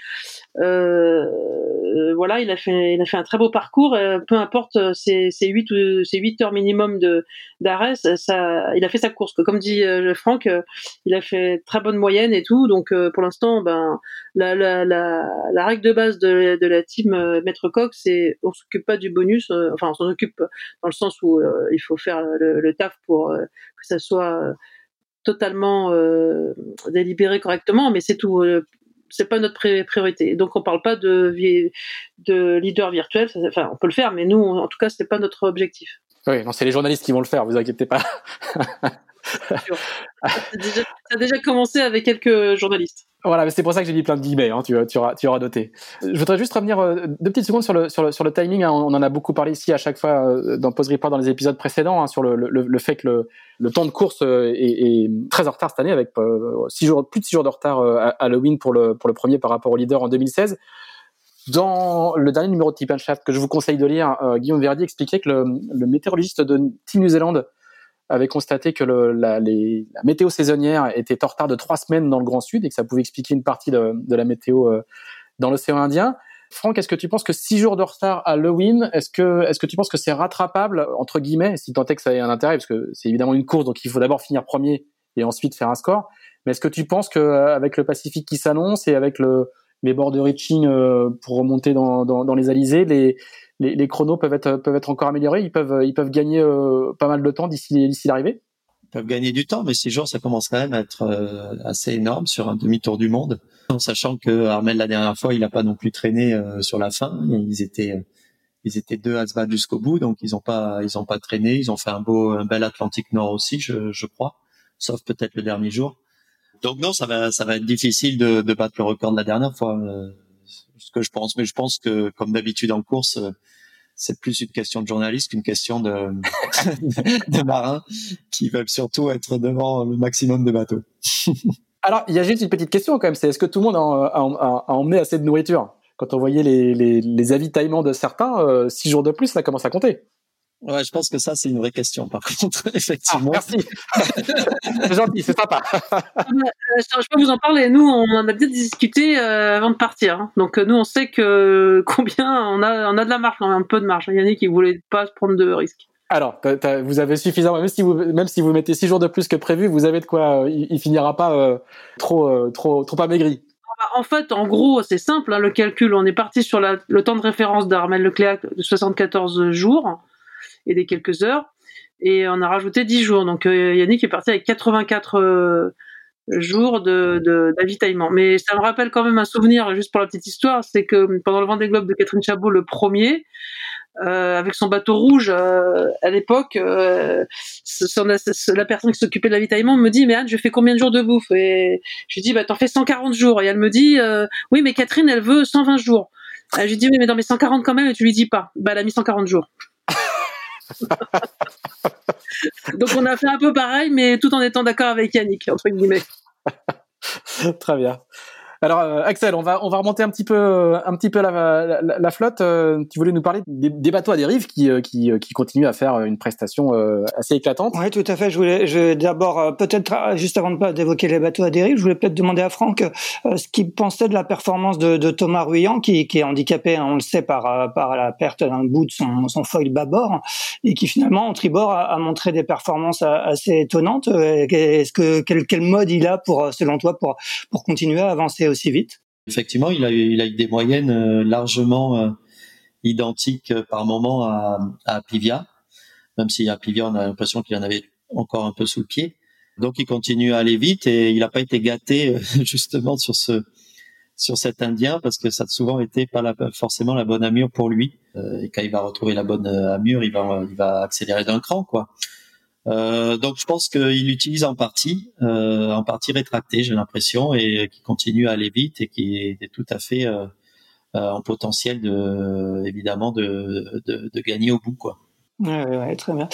Euh, voilà, il a fait, il a fait un très beau parcours. Euh, peu importe ses, ses huit ou ses huit heures minimum de d'arrêt, ça, ça, il a fait sa course. Comme dit euh, Franck, euh, il a fait très bonne moyenne et tout. Donc euh, pour l'instant, ben la, la, la, la règle de base de, de la team euh, Maître Coq, c'est on s'occupe pas du bonus. Euh, enfin, on s'en occupe dans le sens où euh, il faut faire le, le taf pour euh, que ça soit euh, totalement euh, délibéré correctement, mais c'est tout. Euh, c'est pas notre priorité. Donc on parle pas de de leader virtuel. Enfin, on peut le faire, mais nous, en tout cas, c'est pas notre objectif. Oui, non, c'est les journalistes qui vont le faire. Vous inquiétez pas. C'est sûr. Ça a déjà, ça a déjà commencé avec quelques journalistes. Voilà, mais c'est pour ça que j'ai mis plein de guillemets, hein, tu, tu, auras, tu auras noté. Je voudrais juste revenir euh, deux petites secondes sur le, sur le, sur le timing. Hein, on en a beaucoup parlé ici à chaque fois euh, dans Pause Report dans les épisodes précédents, hein, sur le, le, le fait que le, le temps de course euh, est, est très en retard cette année, avec euh, six jours, plus de six jours de retard euh, à Halloween pour le, pour le premier par rapport au leader en deux mille seize. Dans le dernier numéro de Tip and Shaft que je vous conseille de lire, euh, Guillaume Verdi expliquait que le, le météorologiste de Team New Zealand avait constaté que le, la, les, la météo saisonnière était en retard de trois semaines dans le Grand Sud et que ça pouvait expliquer une partie de, de la météo euh, dans l'océan Indien. Franck, est-ce que tu penses que six jours de retard à Halloween, est-ce que, est-ce que tu penses que c'est rattrapable, entre guillemets, si tant est que ça ait un intérêt, parce que c'est évidemment une course, donc il faut d'abord finir premier et ensuite faire un score. Mais est-ce que tu penses qu'avec le Pacifique qui s'annonce et avec le, les bords de reaching euh, pour remonter dans, dans, dans les alizés, les, les, les chronos peuvent être, peuvent être encore améliorés, ils peuvent, ils peuvent gagner euh, pas mal de temps d'ici, d'ici l'arrivée? Ils peuvent gagner du temps, mais six jours, ça commence quand même à être euh, assez énorme sur un demi-tour du monde. En sachant que Armel, la dernière fois, il n'a pas non plus traîné euh, sur la fin. Ils étaient, euh, ils étaient deux à se battre jusqu'au bout, donc ils n'ont pas, ils ont pas traîné. Ils ont fait un beau, un bel Atlantique Nord aussi, je, je crois, sauf peut-être le dernier jour. Donc non, ça va, ça va être difficile de, de battre le record de la dernière fois, euh, ce que je pense. Mais je pense que, comme d'habitude en course, euh, c'est plus une question de journaliste qu'une question de, de marins qui veulent surtout être devant le maximum de bateaux. Alors, il y a juste une petite question quand même, c'est est-ce que tout le monde a, a, a, a emmené assez de nourriture? Quand on voyait les, les, les avitaillements de certains, euh, six jours de plus, ça commence à compter. Ouais, je pense que ça, c'est une vraie question, par contre, effectivement. Ah, merci. C'est gentil, c'est sympa. Je peux vous en parler. Nous, on en a bien discuté euh, avant de partir. Hein. Donc, nous, on sait que combien on a, on a de la marge, on a un peu de marge. Yannick, il voulait pas se prendre de risques. Alors, t'as, t'as, vous avez suffisamment, même si vous, même si vous mettez six jours de plus que prévu, vous avez de quoi, euh, il, il finira pas euh, trop, euh, trop, trop amaigri. En fait, en gros, c'est simple, hein, le calcul. On est parti sur la, le temps de référence d'Armel Leclerc de soixante-quatorze jours et des quelques heures, et on a rajouté dix jours. Donc euh, Yannick est parti avec quatre-vingt-quatre euh, jours de, de, d'avitaillement. Mais ça me rappelle quand même un souvenir, juste pour la petite histoire, c'est que pendant le Vendée Globe de Catherine Chabot, le premier, euh, avec son bateau rouge, euh, à l'époque, euh, son, la personne qui s'occupait de l'avitaillement me dit « Mais Anne, je fais combien de jours de bouffe ?» Et je lui dis « Bah t'en fais cent quarante jours. » Et elle me dit euh, « Oui, mais Catherine, elle veut cent vingt jours. » Je lui dis « Oui, mais dans mes cent quarante quand même, et tu lui dis pas. » Bah elle a mis cent quarante jours. Donc on a fait un peu pareil, mais tout en étant d'accord avec Yannick, entre guillemets. Très bien. Alors euh, Axel, on va on va remonter un petit peu euh, un petit peu la, la, la flotte. Euh, tu voulais nous parler des, des bateaux à dérive qui euh, qui qui continuent à faire une prestation euh, assez éclatante. Oui, tout à fait. Je voulais je d'abord euh, peut-être euh, juste avant de pas d'évoquer les bateaux à dérive, je voulais peut-être demander à Franck euh, ce qu'il pensait de la performance de, de Thomas Ruyant, qui qui est handicapé, hein, on le sait, par euh, par la perte d'un bout de son son foil bâbord, et qui finalement en tribord a, a montré des performances assez étonnantes. Est-ce que quel quel mode il a pour selon toi pour pour continuer à avancer aussi vite? Effectivement, il a eu, il a eu des moyennes euh, largement euh, identiques euh, par moment à, à Pivia, même si à Pivia on a l'impression qu'il en avait encore un peu sous le pied. Donc il continue à aller vite et il n'a pas été gâté euh, justement sur ce sur cet Indien parce que ça a souvent été pas la, forcément la bonne amure pour lui. Euh, et quand il va retrouver la bonne amure, il va il va accélérer d'un cran quoi. Euh, donc je pense qu'il l'utilise en partie, euh, en partie rétracté, j'ai l'impression, et qui continue à aller vite et qui est, est tout à fait euh, euh, en potentiel de, évidemment, de, de, de gagner au bout, quoi. Ouais, ouais, ouais, très bien.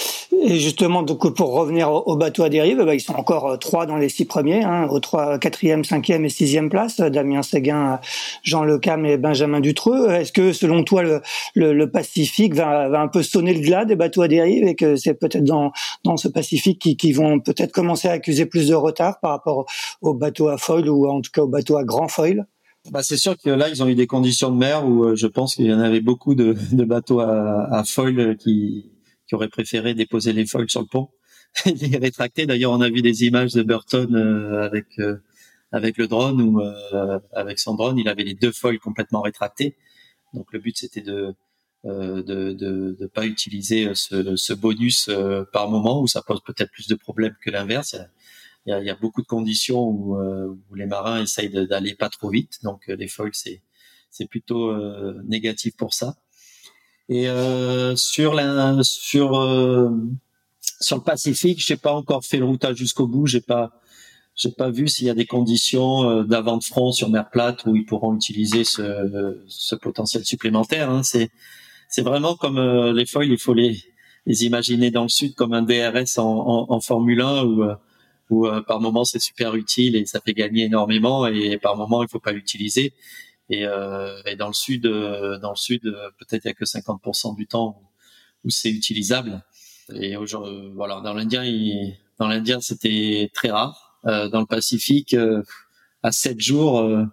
Et justement, donc pour revenir au, au bateau à dérive, bah, ils sont encore euh, trois dans les six premiers, hein, aux trois, quatrième, cinquième et sixième place, Damien Séguin, Jean Lecam et Benjamin Dutreux. Est-ce que selon toi le, le, le Pacifique va, va un peu sonner le glas des bateaux à dérive et que c'est peut-être dans, dans ce Pacifique qui, qui vont peut-être commencer à accuser plus de retard par rapport aux bateaux à foil ou en tout cas aux bateaux à grand foil? Bah, c'est sûr que là, ils ont eu des conditions de mer où euh, je pense qu'il y en avait beaucoup de, de bateaux à, à foil qui, qui auraient préféré déposer les foils sur le pont et les rétracter. D'ailleurs, on a vu des images de Burton euh, avec euh, avec le drone ou euh, avec son drone, il avait les deux foils complètement rétractés. Donc le but, c'était de euh, de, de de pas utiliser ce, ce bonus euh, par moment où ça pose peut-être plus de problèmes que l'inverse. Il y a, il y a beaucoup de conditions où, euh, où les marins essayent de, d'aller pas trop vite, donc euh, les foils c'est c'est plutôt euh, négatif pour ça. Et euh, sur la sur euh, sur le Pacifique, j'ai pas encore fait le routage jusqu'au bout, j'ai pas j'ai pas vu s'il y a des conditions euh, d'avant de front sur mer plate où ils pourront utiliser ce ce potentiel supplémentaire. Hein. C'est c'est vraiment comme euh, les foils, il faut les les imaginer dans le sud comme un D R S en, en, en Formule un où euh, où euh, par moment c'est super utile et ça fait gagner énormément et par moment il faut pas l'utiliser et, euh, et dans le sud euh, dans le sud euh, peut-être il y a que cinquante pour cent du temps où, où c'est utilisable et aujourd'hui voilà dans l'Indien il, dans l'Indien c'était très rare euh, dans le Pacifique euh, à sept jours euh,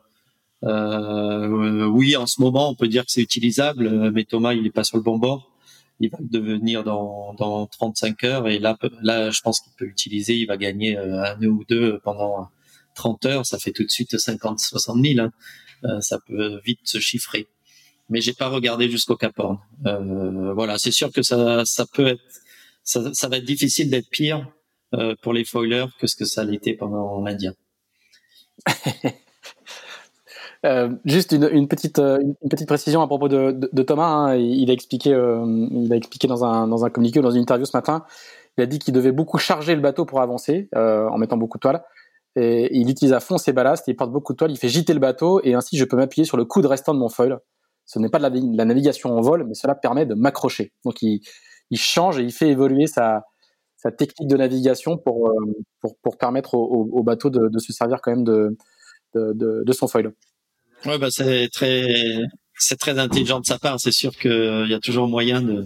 euh, oui en ce moment on peut dire que c'est utilisable mais Thomas il est pas sur le bon bord. Il va le devenir dans, dans trente-cinq heures et là, là, je pense qu'il peut l'utiliser. Il va gagner un nœud ou deux pendant trente heures. Ça fait tout de suite cinquante, soixante mille. Hein. Euh, ça peut vite se chiffrer. Mais j'ai pas regardé jusqu'au Cap Horn. Euh, voilà, c'est sûr que ça, ça peut être, ça, ça va être difficile d'être pire euh, pour les foilers que ce que ça l'était pendant l'Indien. Euh, juste une, une petite euh, une petite précision à propos de, de, de Thomas. Hein. Il a expliqué euh, il a expliqué dans un dans un communiqué ou dans une interview ce matin. Il a dit qu'il devait beaucoup charger le bateau pour avancer euh, en mettant beaucoup de toile. Et il utilise à fond ses ballasts. Il porte beaucoup de toile. Il fait gîter le bateau et ainsi je peux m'appuyer sur le coude restant de mon foil. Ce n'est pas de la, de la navigation en vol, mais cela permet de m'accrocher. Donc il il change et il fait évoluer sa sa technique de navigation pour euh, pour pour permettre au, au, au bateau de, de se servir quand même de de, de, de son foil. Ouais, bah c'est très, c'est très intelligent de sa part. C'est sûr qu'il euh, y a toujours moyen de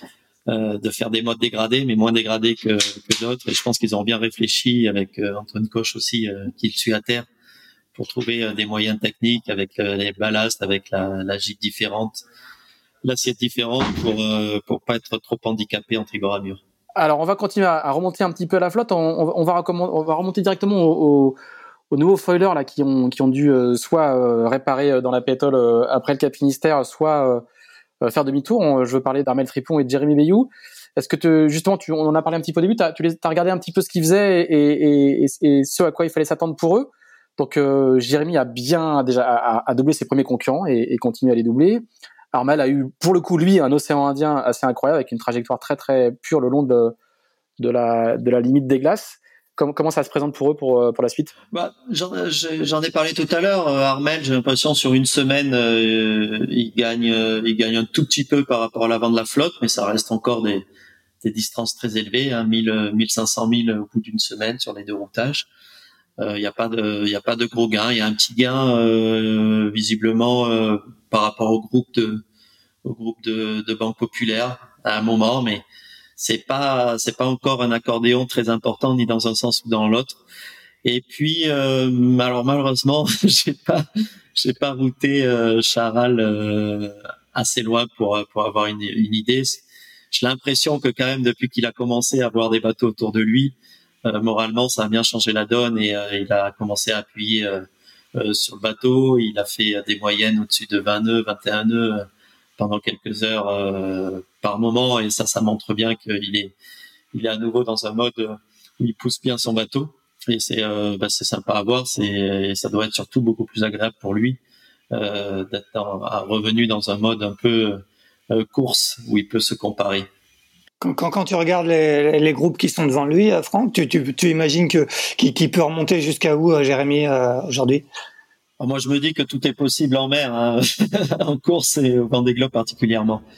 euh, de faire des modes dégradés, mais moins dégradés que, que d'autres. Et je pense qu'ils ont bien réfléchi avec euh, Antoine Coche aussi, euh, qui le suit à terre, pour trouver euh, des moyens techniques avec euh, les ballasts, avec la, la gîte différente, l'assiette différente pour euh, pour pas être trop handicapé en tribord à mur. Alors on va continuer à, à remonter un petit peu la flotte. On, on, on va on va remonter directement au, au aux nouveaux foilers là qui ont qui ont dû euh, soit euh, réparer euh, dans la pétole euh, après le Cap Finistère, soit euh, faire demi-tour. On, je veux parler d'Armel Fripon et de Jérémy Bayou. Est-ce que te, justement, tu, on en a parlé un petit peu au début, t'as, tu les, t'as regardé un petit peu ce qu'ils faisaient et, et, et, et ce à quoi il fallait s'attendre pour eux. Donc euh, Jérémy a bien déjà a, a doublé ses premiers concurrents et, et continue à les doubler. Armel a eu pour le coup lui un océan Indien assez incroyable avec une trajectoire très très pure le long de de la de la limite des glaces. Comment, comment ça se présente pour eux pour, pour la suite? Bah, j'en, j'en ai parlé tout à l'heure. Armel, j'ai l'impression sur une semaine, euh, il gagne, euh, il gagne un tout petit peu par rapport à l'avant de la flotte, mais ça reste encore des, des distances très élevées, hein, mille, mille cinq cents milles au bout d'une semaine sur les deux routages. Il euh, y a pas de, il y a pas de gros gain. Il y a un petit gain euh, visiblement euh, par rapport au groupe de, au groupe de, de Banque Populaire à un moment, mais c'est pas c'est pas encore un accordéon très important ni dans un sens ou dans l'autre. Et puis euh, alors malheureusement j'ai pas j'ai pas routé euh, Charal euh, assez loin pour pour avoir une, une idée. J'ai l'impression que quand même depuis qu'il a commencé à avoir des bateaux autour de lui, euh, moralement ça a bien changé la donne et euh, il a commencé à appuyer euh, euh, sur le bateau. Il a fait des moyennes au-dessus de vingt nœuds, vingt et un nœuds euh, pendant quelques heures euh, par moment, et ça, ça montre bien qu'il est, il est à nouveau dans un mode où il pousse bien son bateau, et c'est, euh, bah, c'est sympa à voir. C'est, et ça doit être surtout beaucoup plus agréable pour lui euh, d'être dans, à revenu dans un mode un peu euh, course où il peut se comparer. Quand, quand, quand tu regardes les, les groupes qui sont devant lui, Franck, tu, tu, tu imagines que qui, qui peut remonter jusqu'à où, Jérémy, euh, aujourd'hui? Moi, je me dis que tout est possible en mer, hein, en course et au Vendée Globe particulièrement.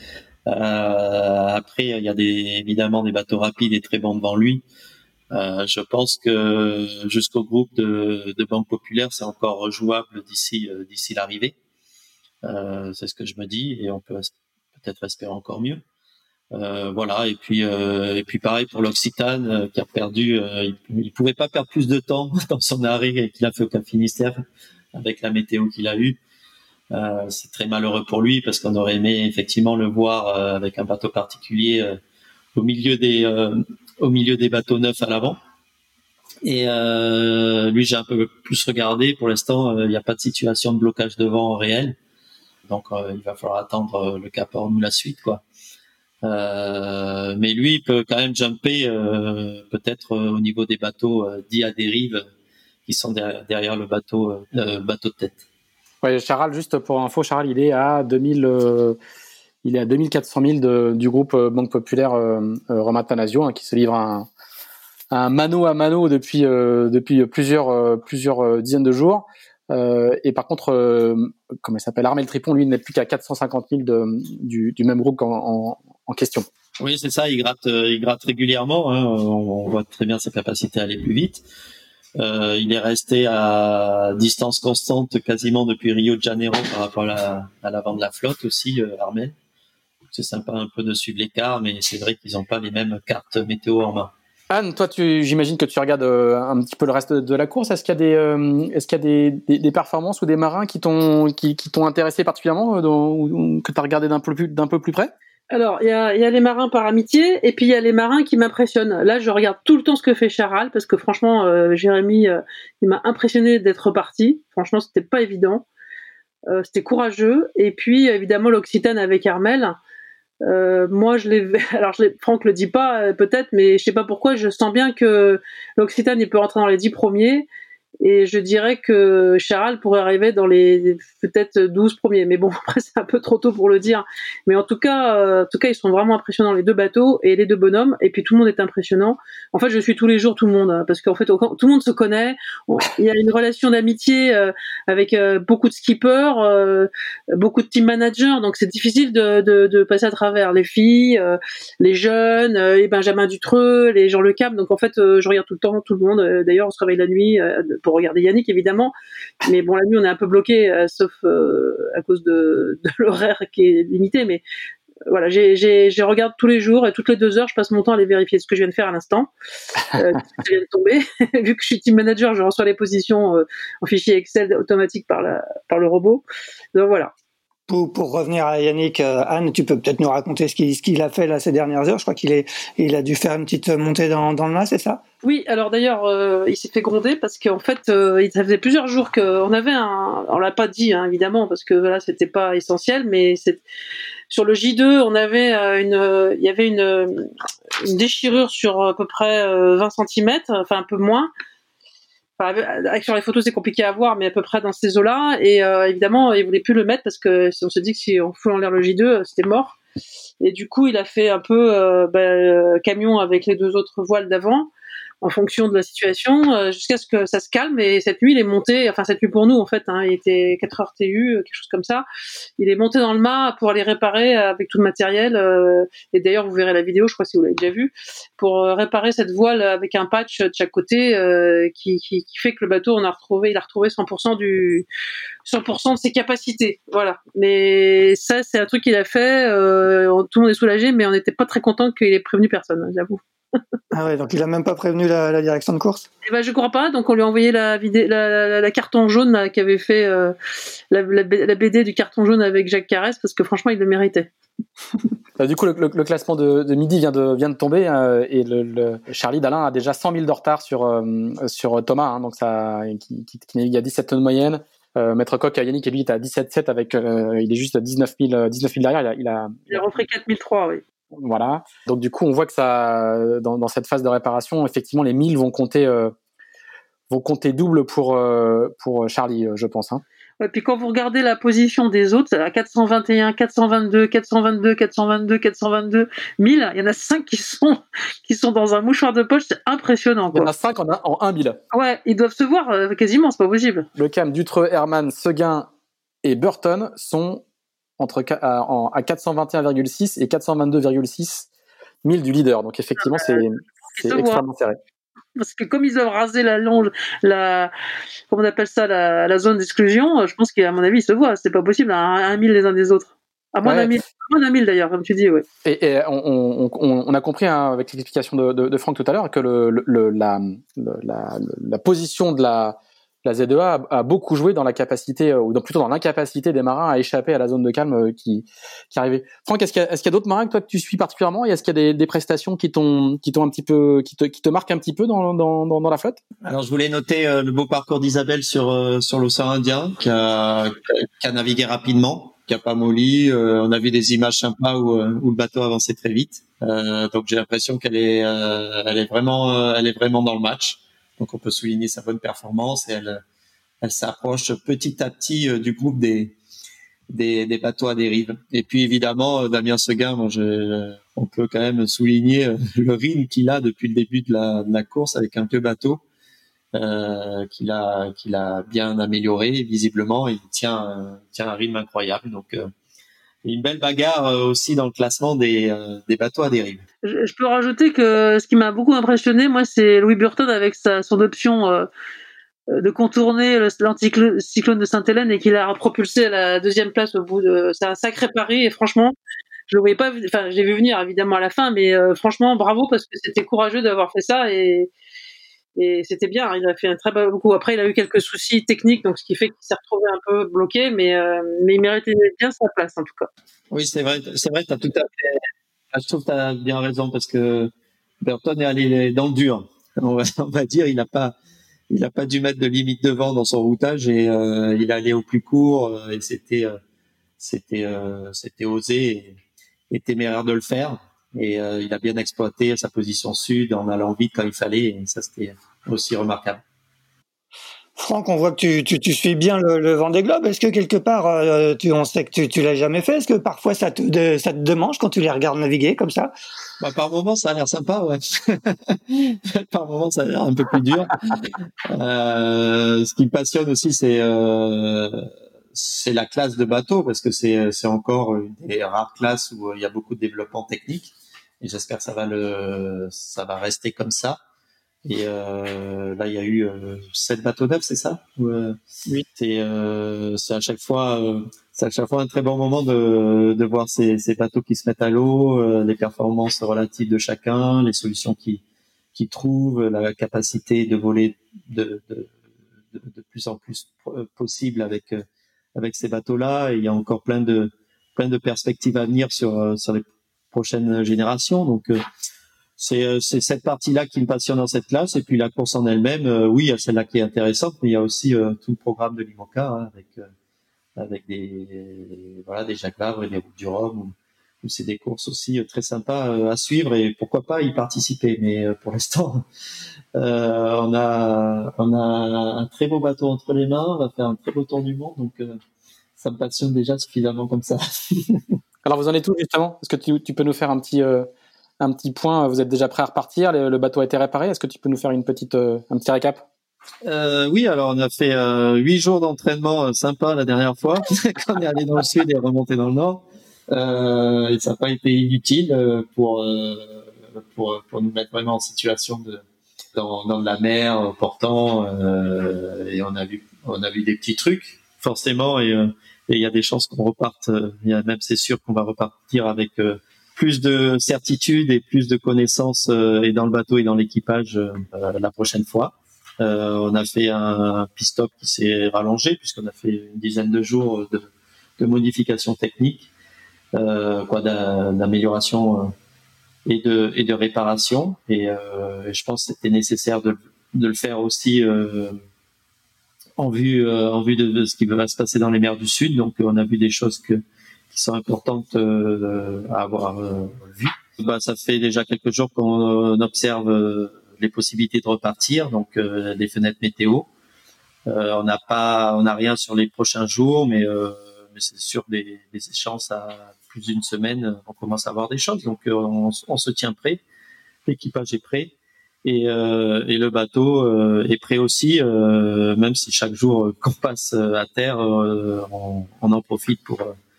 Euh, après, il y a des, évidemment des bateaux rapides et très bons devant lui. Euh, je pense que jusqu'au groupe de, de Banque Populaire, c'est encore jouable d'ici euh, d'ici l'arrivée. Euh, c'est ce que je me dis, et on peut peut-être espérer encore mieux. Euh, voilà, et puis euh, et puis pareil pour l'Occitane euh, qui a perdu, euh, il, il pouvait pas perdre plus de temps dans son arrêt et qu'il a fait au Cap Finistère avec la météo qu'il a eue. Euh, c'est très malheureux pour lui parce qu'on aurait aimé effectivement le voir euh, avec un bateau particulier euh, au milieu des euh, au milieu des bateaux neufs à l'avant. Et euh, lui, j'ai un peu plus regardé. Pour l'instant, il euh, n'y a pas de situation de blocage de vent réel, donc euh, il va falloir attendre le Cap Horn ou la suite, quoi. Euh, mais lui, il peut quand même jumper euh, peut-être euh, au niveau des bateaux euh, dits à dérive euh, qui sont derrière, derrière le bateau, euh, le bateau de tête. Ouais, Charal, juste pour info, Charal, il est à deux mille, euh, il est à deux mille quatre cents milles de, du groupe euh, Banque Populaire euh, euh, Roma Tanasio, hein, qui se livre à un, à un mano à mano depuis euh, depuis plusieurs euh, plusieurs euh, dizaines de jours. Euh, et par contre, euh, comment il s'appelle, Armel Tripon, lui, n'est plus qu'à quatre cent cinquante milles de, du, du même groupe en, en, en question. Oui, c'est ça. Il gratte, euh, il gratte régulièrement. Hein, on, on voit très bien sa capacité à aller plus vite. Euh, il est resté à distance constante quasiment depuis Rio de Janeiro par rapport à, la, à l'avant de la flotte aussi, euh, Armel. C'est sympa un peu de suivre l'écart, mais c'est vrai qu'ils n'ont pas les mêmes cartes météo en main. Anne, toi, tu, j'imagine que tu regardes euh, un petit peu le reste de, de la course. Est-ce qu'il y a des, euh, est-ce qu'il y a des, des, des performances ou des marins qui t'ont, qui, qui t'ont intéressé particulièrement, euh, dans, ou, que tu as regardé d'un peu plus, d'un peu plus près? Alors, il y a, y a les marins par amitié, et puis il y a les marins qui m'impressionnent. Là, je regarde tout le temps ce que fait Charal, parce que franchement, euh, Jérémy, euh, il m'a impressionné d'être reparti. Franchement, c'était pas évident. Euh, c'était courageux. Et puis, évidemment, l'Occitane avec Armel. Euh, moi, je l'ai. Alors, je l'ai... Franck le dit pas, euh, peut-être, mais je sais pas pourquoi. Je sens bien que l'Occitane, il peut rentrer dans les dix premiers. Et je dirais que Charal pourrait arriver dans les peut-être douze premiers. Mais bon, après, c'est un peu trop tôt pour le dire. Mais en tout cas, euh, en tout cas, ils sont vraiment impressionnants, les deux bateaux et les deux bonhommes. Et puis, tout le monde est impressionnant. En fait, je suis tous les jours tout le monde. Parce qu'en fait, tout le monde se connaît. Il y a une relation d'amitié euh, avec euh, beaucoup de skippers, euh, beaucoup de team managers. Donc, c'est difficile de, de, de passer à travers les filles, euh, les jeunes, euh, les Benjamin Dutreux, les Jean Le Cap. Donc, en fait, euh, je regarde tout le temps tout le monde. D'ailleurs, on se réveille la nuit euh, pour regarder Yannick, évidemment. Mais bon, la nuit, on est un peu bloqué, euh, sauf euh, à cause de, de l'horaire qui est limité. Mais euh, voilà, j'ai, j'ai, je regarde tous les jours et toutes les deux heures, je passe mon temps à les vérifier. Ce que je viens de faire à l'instant. Euh, je viens de tomber. Vu que je suis team manager, je reçois les positions euh, en fichier Excel automatique par, la, par le robot. Donc voilà. Pour, pour revenir à Yannick, euh, Anne, tu peux peut-être nous raconter ce qu'il, ce qu'il a fait là ces dernières heures. Je crois qu'il est, il a dû faire une petite montée dans, dans le mât, c'est ça? Oui, alors d'ailleurs, euh, il s'est fait gronder parce qu'en fait, euh, ça faisait plusieurs jours qu'on avait un, on l'a pas dit hein, évidemment parce que voilà, c'était pas essentiel, mais c'est sur le J deux, on avait euh, une, il y avait une, une déchirure sur à peu près euh, vingt centimètres, enfin un peu moins. Enfin, sur les photos, c'est compliqué à voir, mais à peu près dans ces eaux-là. Et euh, évidemment, il voulait plus le mettre parce que on se dit que si on fout en l'air le J deux, c'était mort. Et du coup, il a fait un peu euh, bah, camion avec les deux autres voiles d'avant, en fonction de la situation, euh, jusqu'à ce que ça se calme. Et cette nuit, il est monté, enfin cette nuit pour nous en fait, hein, il était quatre heures T U, quelque chose comme ça. Il est monté dans le mât pour aller réparer avec tout le matériel. Euh, et d'ailleurs, vous verrez la vidéo, je crois si vous l'avez déjà vue, pour euh, réparer cette voile avec un patch de chaque côté euh, qui, qui, qui fait que le bateau, on a retrouvé, il a retrouvé cent pour cent du cent pour cent de ses capacités. Voilà. Mais ça, c'est un truc qu'il a fait. Euh, tout le monde est soulagé, mais on n'était pas très content qu'il ait prévenu personne, j'avoue. Ah ouais, donc il a même pas prévenu la, la direction de course? Eh ben, je crois pas, donc on lui a envoyé la, vidéo, la, la, la carton jaune là, qui avait fait euh, la, la, la B D du carton jaune avec Jacques Carès, parce que franchement, il le méritait. Du coup, le, le, le classement de, de midi vient de, vient de tomber euh, et le, le Charlie Dalin a déjà cent milles de retard sur, euh, sur Thomas, hein, donc ça, qui, qui, qui navigue à dix-sept tonnes moyenne. Euh, Maître Coq, Yannick, lui, est à dix-sept sept avec, euh, il est juste à dix-neuf mille derrière. Il a, il a, il a repris quatre mille trois, oui. Voilà. Donc du coup, on voit que ça, dans, dans cette phase de réparation, effectivement, les milles vont compter, euh, vont compter double pour euh, pour Charlie, je pense. Hein. Ouais, puis quand vous regardez la position des autres, à quatre cent vingt et un, quatre cent vingt-deux, quatre cent vingt-deux, quatre cent vingt-deux, quatre cent vingt-deux mille, il y en a cinq qui sont qui sont dans un mouchoir de poche, c'est impressionnant. Quoi. Il y en a cinq en un, en un mille. Ouais, ils doivent se voir euh, quasiment, c'est pas possible. Le Cam, Dutreux, Herman, Seguin et Burton sont entre à, en, à quatre cent vingt et un virgule six et quatre cent vingt-deux virgule six milles du leader. Donc effectivement, c'est, c'est extrêmement serré. Parce que comme ils ont rasé la longe, la, comment on appelle ça, la, la zone d'exclusion, je pense qu'à mon avis, ils se voient. C'est pas possible à un, à un mille les uns des autres. À moins ouais. d'un mille, à moins d'un mille d'ailleurs, comme tu dis, ouais. Et, et on, on, on a compris hein, avec l'explication de, de, de Franck tout à l'heure que le, le, la, le, la, la position de la, la Z E A a, a beaucoup joué dans la capacité, ou dans, plutôt dans l'incapacité des marins à échapper à la zone de calme qui, qui arrivait. Franck, est-ce qu'il y a, est-ce qu'il y a d'autres marins que toi que tu suis particulièrement et est-ce qu'il y a des, des prestations qui t'ont, qui t'ont un petit peu, qui te, qui te marquent un petit peu dans, dans, dans, dans la flotte? Alors, je voulais noter euh, le beau parcours d'Isabelle sur, euh, sur l'océan Indien, qui a, qui a navigué rapidement, qui a pas molli. Euh, on a vu des images sympas où, où le bateau avançait très vite. Euh, donc, j'ai l'impression qu'elle est, euh, elle est vraiment, euh, elle est vraiment dans le match. Donc, on peut souligner sa bonne performance et elle, elle s'approche petit à petit euh, du groupe des, des, des bateaux à dérive. Et puis, évidemment, euh, Damien Seguin, moi, je, on peut quand même souligner euh, le rythme qu'il a depuis le début de la, de la course avec un vieux bateau, euh, qu'il a, qu'il a bien amélioré, visiblement. Il tient, euh, tient un rythme incroyable. Donc, euh, une belle bagarre euh, aussi dans le classement des, euh, des bateaux à dérive. Je, je peux rajouter que ce qui m'a beaucoup impressionné, moi, c'est Louis Burton avec sa, son option euh, de contourner le, l'anticyclone de Sainte-Hélène et qu'il a propulsé à la deuxième place au bout de... C'est un sacré pari et franchement, je le voyais pas... Enfin, je l'ai vu venir évidemment à la fin, mais euh, franchement, bravo parce que c'était courageux d'avoir fait ça et, et c'était bien. Il a fait un très beau coup. Après, il a eu quelques soucis techniques, donc ce qui fait qu'il s'est retrouvé un peu bloqué, mais, euh, mais il méritait bien sa place en tout cas. Oui, c'est vrai, c'est vrai, t'as tout à fait... Je trouve que tu as bien raison parce que Burton est allé dans le dur. On va, on va dire, il n'a pas, il n'a pas dû mettre de limite de vent dans son routage et euh, il est allé au plus court euh, et c'était, euh, c'était, euh, c'était osé et, et téméraire de le faire. Et euh, il a bien exploité sa position sud en allant vite quand il fallait et ça c'était aussi remarquable. Franck, on voit que tu, tu, tu suis bien le, le Vendée Globe. Est-ce que quelque part, euh, tu, on sait que tu, tu l'as jamais fait. Est-ce que parfois ça te, de, ça te démange quand tu les regardes naviguer comme ça? Bah, par moments, ça a l'air sympa, ouais. Par moments, ça a l'air un peu plus dur. Euh, ce qui me passionne aussi, c'est euh, c'est la classe de bateau parce que c'est c'est encore une des rares classes où il y a beaucoup de développement technique. Et j'espère que ça va le ça va rester comme ça. Et euh, là, il y a eu euh, sept bateaux neufs, c'est ça? euh, Oui. C'est euh, c'est à chaque fois, euh, c'est à chaque fois un très bon moment de de voir ces ces bateaux qui se mettent à l'eau, euh, les performances relatives de chacun, les solutions qui qui trouvent, la capacité de voler de de de, de plus en plus possible avec euh, avec ces bateaux-là. Et il y a encore plein de plein de perspectives à venir sur sur les prochaines générations. Donc euh, C'est, c'est cette partie-là qui me passionne dans cette classe. Et puis la course en elle-même, euh, oui, il y a celle-là qui est intéressante, mais il y a aussi euh, tout le programme de l'IMOCA hein, avec euh, avec des voilà des Jacques Vabre et des Routes du Rhum, où, où c'est des courses aussi euh, très sympas euh, à suivre et pourquoi pas y participer. Mais euh, pour l'instant, euh, on a on a un très beau bateau entre les mains. On va faire un très beau tour du monde, donc euh, ça me passionne déjà suffisamment comme ça. Alors vous en êtes où justement? Est-ce que tu, tu peux nous faire un petit euh... un petit point, vous êtes déjà prêt à repartir, le, le bateau a été réparé, est-ce que tu peux nous faire une petite, euh, un petit récap? euh, Oui, alors on a fait euh, huit jours d'entraînement euh, sympa la dernière fois, quand on est allé dans le sud et remonté dans le nord, euh, et ça n'a pas été inutile euh, pour, euh, pour, pour nous mettre vraiment en situation de dans, dans de la mer, portant, euh, et on a vu on a vu des petits trucs, forcément, et euh, et il y a des chances qu'on reparte, il y a même c'est sûr qu'on va repartir avec euh, plus de certitude et plus de connaissances euh, et dans le bateau et dans l'équipage euh, la prochaine fois. Euh, on a fait un pit stop qui s'est rallongé puisqu'on a fait une dizaine de jours de, de modifications techniques, euh, quoi, d'amélioration euh, et de et de réparation. Et euh, je pense que c'était nécessaire de, de le faire aussi euh, en vue euh, en vue de, de ce qui va se passer dans les mers du Sud. Donc on a vu des choses que qui sont importantes euh, à avoir euh, vues. Bah, ça fait déjà quelques jours qu'on observe euh, les possibilités de repartir, donc euh, les fenêtres météo. Euh, on n'a pas, on n'a rien sur les prochains jours, mais, euh, mais c'est sûr des, des échéances à plus d'une semaine, on commence à avoir des choses. Donc euh, on, on se tient prêt, l'équipage est prêt et, euh, et le bateau euh, est prêt aussi, euh, même si chaque jour qu'on passe à terre, euh, on, on en profite pour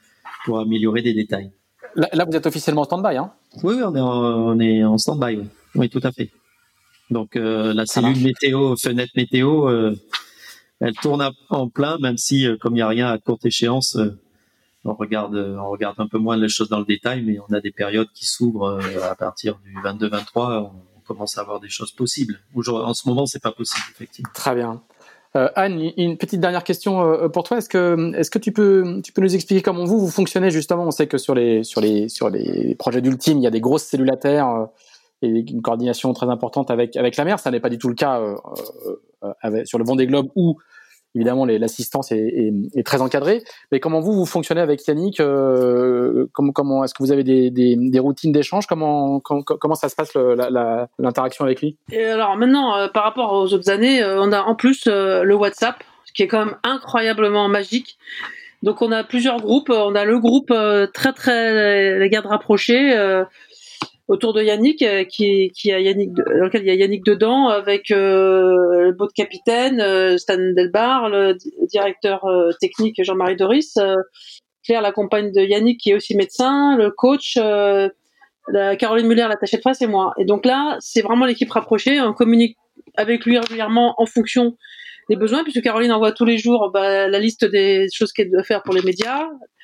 pour améliorer des détails. Là, là vous êtes officiellement en stand-by, hein? Oui, oui, on est en, on est en stand-by. Oui, oui, tout à fait. Donc euh, la cellule météo, fenêtre météo, euh, elle tourne à, en plein, même si euh, comme il n'y a rien à courte échéance, euh, on regarde, on regarde un peu moins les choses dans le détail, mais on a des périodes qui s'ouvrent euh, à partir du vingt-deux vingt-trois. On commence à avoir des choses possibles. Aujourd'hui, en ce moment, c'est pas possible, effectivement. Très bien. Euh, Anne, une petite dernière question euh, pour toi. Est-ce que, est-ce que tu peux, tu peux nous expliquer comment vous vous fonctionnez justement? On sait que sur les, sur les, sur les projets d'Ultime, il y a des grosses cellulataires euh, et une coordination très importante avec avec la mer. Ça n'est pas du tout le cas euh, euh, avec, sur le Vendée Globe où évidemment les, l'assistance est, est, est très encadrée. Mais comment vous vous fonctionnez avec Yannick? euh, comment, comment est-ce que vous avez des, des, des routines d'échange? Comment, comment comment ça se passe le, la, la, l'interaction avec lui? Et alors maintenant, euh, par rapport aux autres années, euh, on a en plus euh, le WhatsApp, qui est quand même incroyablement magique. Donc on a plusieurs groupes. On a le groupe euh, très très les gardes rapprochés euh, autour de Yannick, euh, qui qui a Yannick, dans lequel il y a Yannick dedans, avec euh, le boat capitaine euh, Stan Delbar, le di- directeur euh, technique Jean-Marie Doris, euh, Claire, la compagne de Yannick, qui est aussi médecin, le coach. Euh, la Caroline Muller, l'attachée de presse, et moi. Et donc là, c'est vraiment l'équipe rapprochée. On communique avec lui régulièrement en fonction des besoins, puisque Caroline envoie tous les jours bah, la liste des choses qu'elle doit faire pour les médias.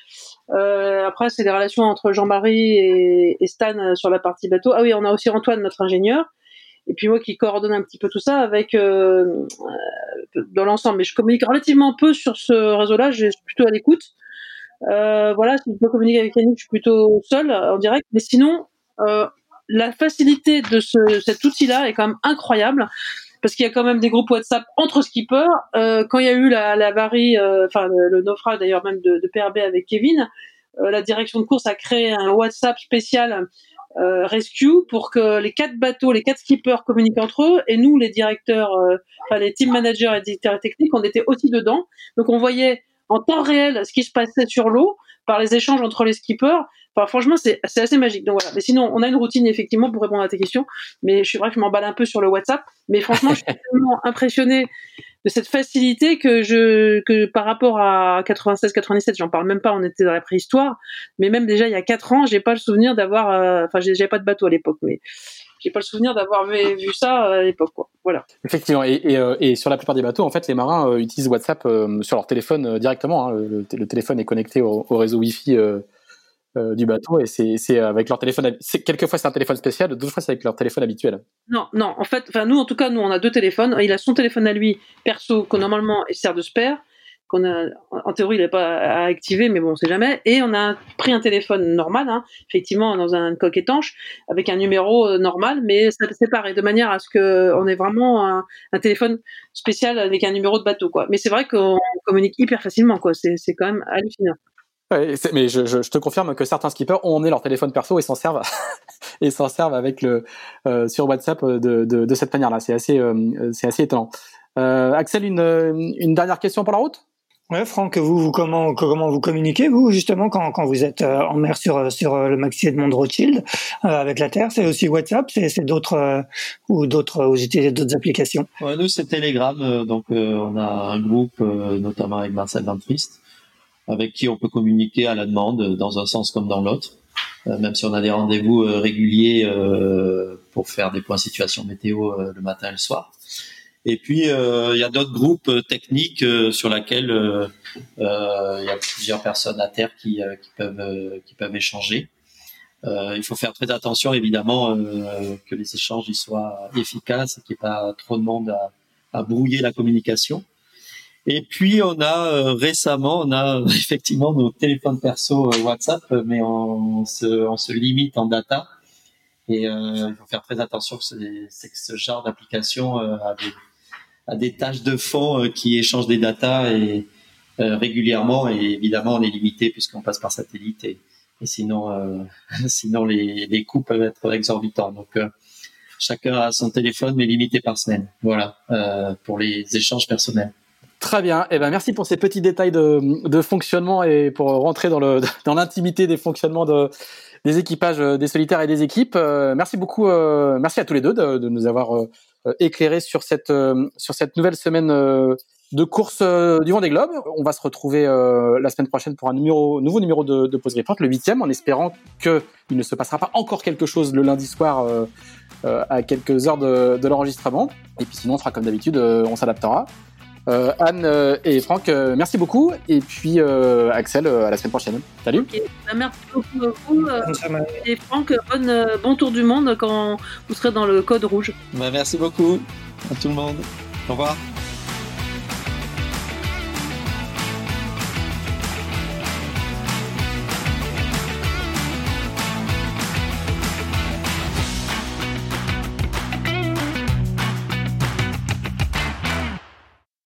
Euh, après, c'est des relations entre Jean-Marie et, et Stan sur la partie bateau. Ah oui, on a aussi Antoine, notre ingénieur, et puis moi qui coordonne un petit peu tout ça avec euh, euh, dans l'ensemble. Mais je communique relativement peu sur ce réseau-là. Je suis plutôt à l'écoute. Euh, voilà, si je peux communiquer avec Yannick, je suis plutôt seule en direct. Mais sinon, euh, la facilité de ce, cet outil-là est quand même incroyable, parce qu'il y a quand même des groupes WhatsApp entre skippers. Euh, quand il y a eu la, la varie, enfin euh, le, le naufrage d'ailleurs même de, de P R B avec Kevin, euh, la direction de course a créé un WhatsApp spécial euh, rescue pour que les quatre bateaux, les quatre skippers communiquent entre eux, et nous, les directeurs, euh, enfin les team managers et directeurs techniques, on était aussi dedans. Donc on voyait en temps réel ce qui se passait sur l'eau par les échanges entre les skippers. Enfin, franchement, c'est, c'est assez magique. Donc voilà. Mais sinon, on a une routine effectivement pour répondre à tes questions. Mais je suis vrai que je m'emballe un peu sur le WhatsApp. Mais franchement, je suis tellement impressionnée de cette facilité que je, que par rapport à quatre-vingt-seize quatre-vingt-dix-sept, j'en parle même pas, on était dans la préhistoire. Mais même déjà il y a quatre ans, j'ai pas le souvenir d'avoir, euh, enfin, j'avais pas de bateau à l'époque, mais j'ai pas le souvenir d'avoir vu, vu ça à l'époque, quoi. Voilà. Effectivement, et, et, euh, et sur la plupart des bateaux, en fait, les marins euh, utilisent WhatsApp euh, sur leur téléphone euh, directement. Hein. Le, le téléphone est connecté au, au réseau Wi-Fi euh, euh, du bateau, et c'est, c'est avec leur téléphone. C'est, quelquefois c'est un téléphone spécial, d'autres fois c'est avec leur téléphone habituel. Non, non. En fait, enfin nous, en tout cas, nous, on a deux téléphones. Il a son téléphone à lui perso, que normalement il sert de spare, qu'on a, en théorie, il n'est pas à activer, mais bon, on sait jamais. Et on a pris un téléphone normal, hein, effectivement, dans un coque étanche, avec un numéro euh, normal, mais ça séparé, de manière à ce que on ait vraiment un, un téléphone spécial avec un numéro de bateau, quoi. Mais c'est vrai qu'on communique hyper facilement, quoi. C'est, c'est quand même hallucinant. Ouais, c'est, mais je, je, je te confirme que certains skippers ont emmené leur téléphone perso et s'en servent et s'en servent avec le euh, sur WhatsApp de, de, de cette manière-là. C'est assez, euh, c'est assez étonnant. Euh, Axel, une, une dernière question pour la route? Ouais, Franck, vous, vous comment comment vous communiquez vous justement quand quand vous êtes euh, en mer sur sur le Maxi Edmond Rothschild euh, avec la Terre? C'est aussi WhatsApp, c'est c'est d'autres euh, ou d'autres vous utilisez d'autres applications? Ouais, nous c'est Telegram, euh, donc euh, on a un groupe euh, notamment avec Marcel Van Trist, avec qui on peut communiquer à la demande dans un sens comme dans l'autre, euh, même si on a des rendez-vous euh, réguliers euh, pour faire des points situation météo euh, le matin et le soir. Et puis euh, il y a d'autres groupes euh, techniques euh, sur lesquels euh, euh, il y a plusieurs personnes à terre qui, euh, qui peuvent euh, qui peuvent échanger. Euh, il faut faire très attention évidemment euh, que les échanges ils soient efficaces et qu'il n'y ait pas trop de monde à, à brouiller la communication. Et puis on a euh, récemment, on a euh, effectivement nos téléphones perso euh, WhatsApp, mais on, on, se, on se limite en data. Et euh, il faut faire très attention que, c'est, c'est que ce genre d'application euh, a, des, a des tâches de fond euh, qui échangent des datas et, euh, régulièrement. Et évidemment, on est limité puisqu'on passe par satellite. Et, et sinon, euh, sinon les, les coûts peuvent être exorbitants. Donc, euh, chacun a son téléphone, mais limité par semaine. Voilà, euh, pour les échanges personnels. Très bien. Eh ben, merci pour ces petits détails de, de fonctionnement et pour rentrer dans, le, dans l'intimité des fonctionnements de, des équipages, des solitaires et des équipes. Euh, merci beaucoup. Euh, merci à tous les deux de, de nous avoir euh, éclairés sur cette, euh, sur cette nouvelle semaine euh, de course euh, du Vendée Globe. On va se retrouver euh, la semaine prochaine pour un numéro, nouveau numéro de, de Pause Report, le huitième, en espérant qu'il ne se passera pas encore quelque chose le lundi soir euh, euh, à quelques heures de, de l'enregistrement. Et puis sinon, on fera comme d'habitude, euh, on s'adaptera. Euh, Anne euh, et Franck, euh, merci beaucoup. Et puis euh, Axel, euh, à la semaine prochaine. Salut. Okay. Bah, merci beaucoup à vous. Euh, et Franck, bonne, euh, bon tour du monde quand vous serez dans le code rouge. Bah, merci beaucoup à tout le monde. Au revoir.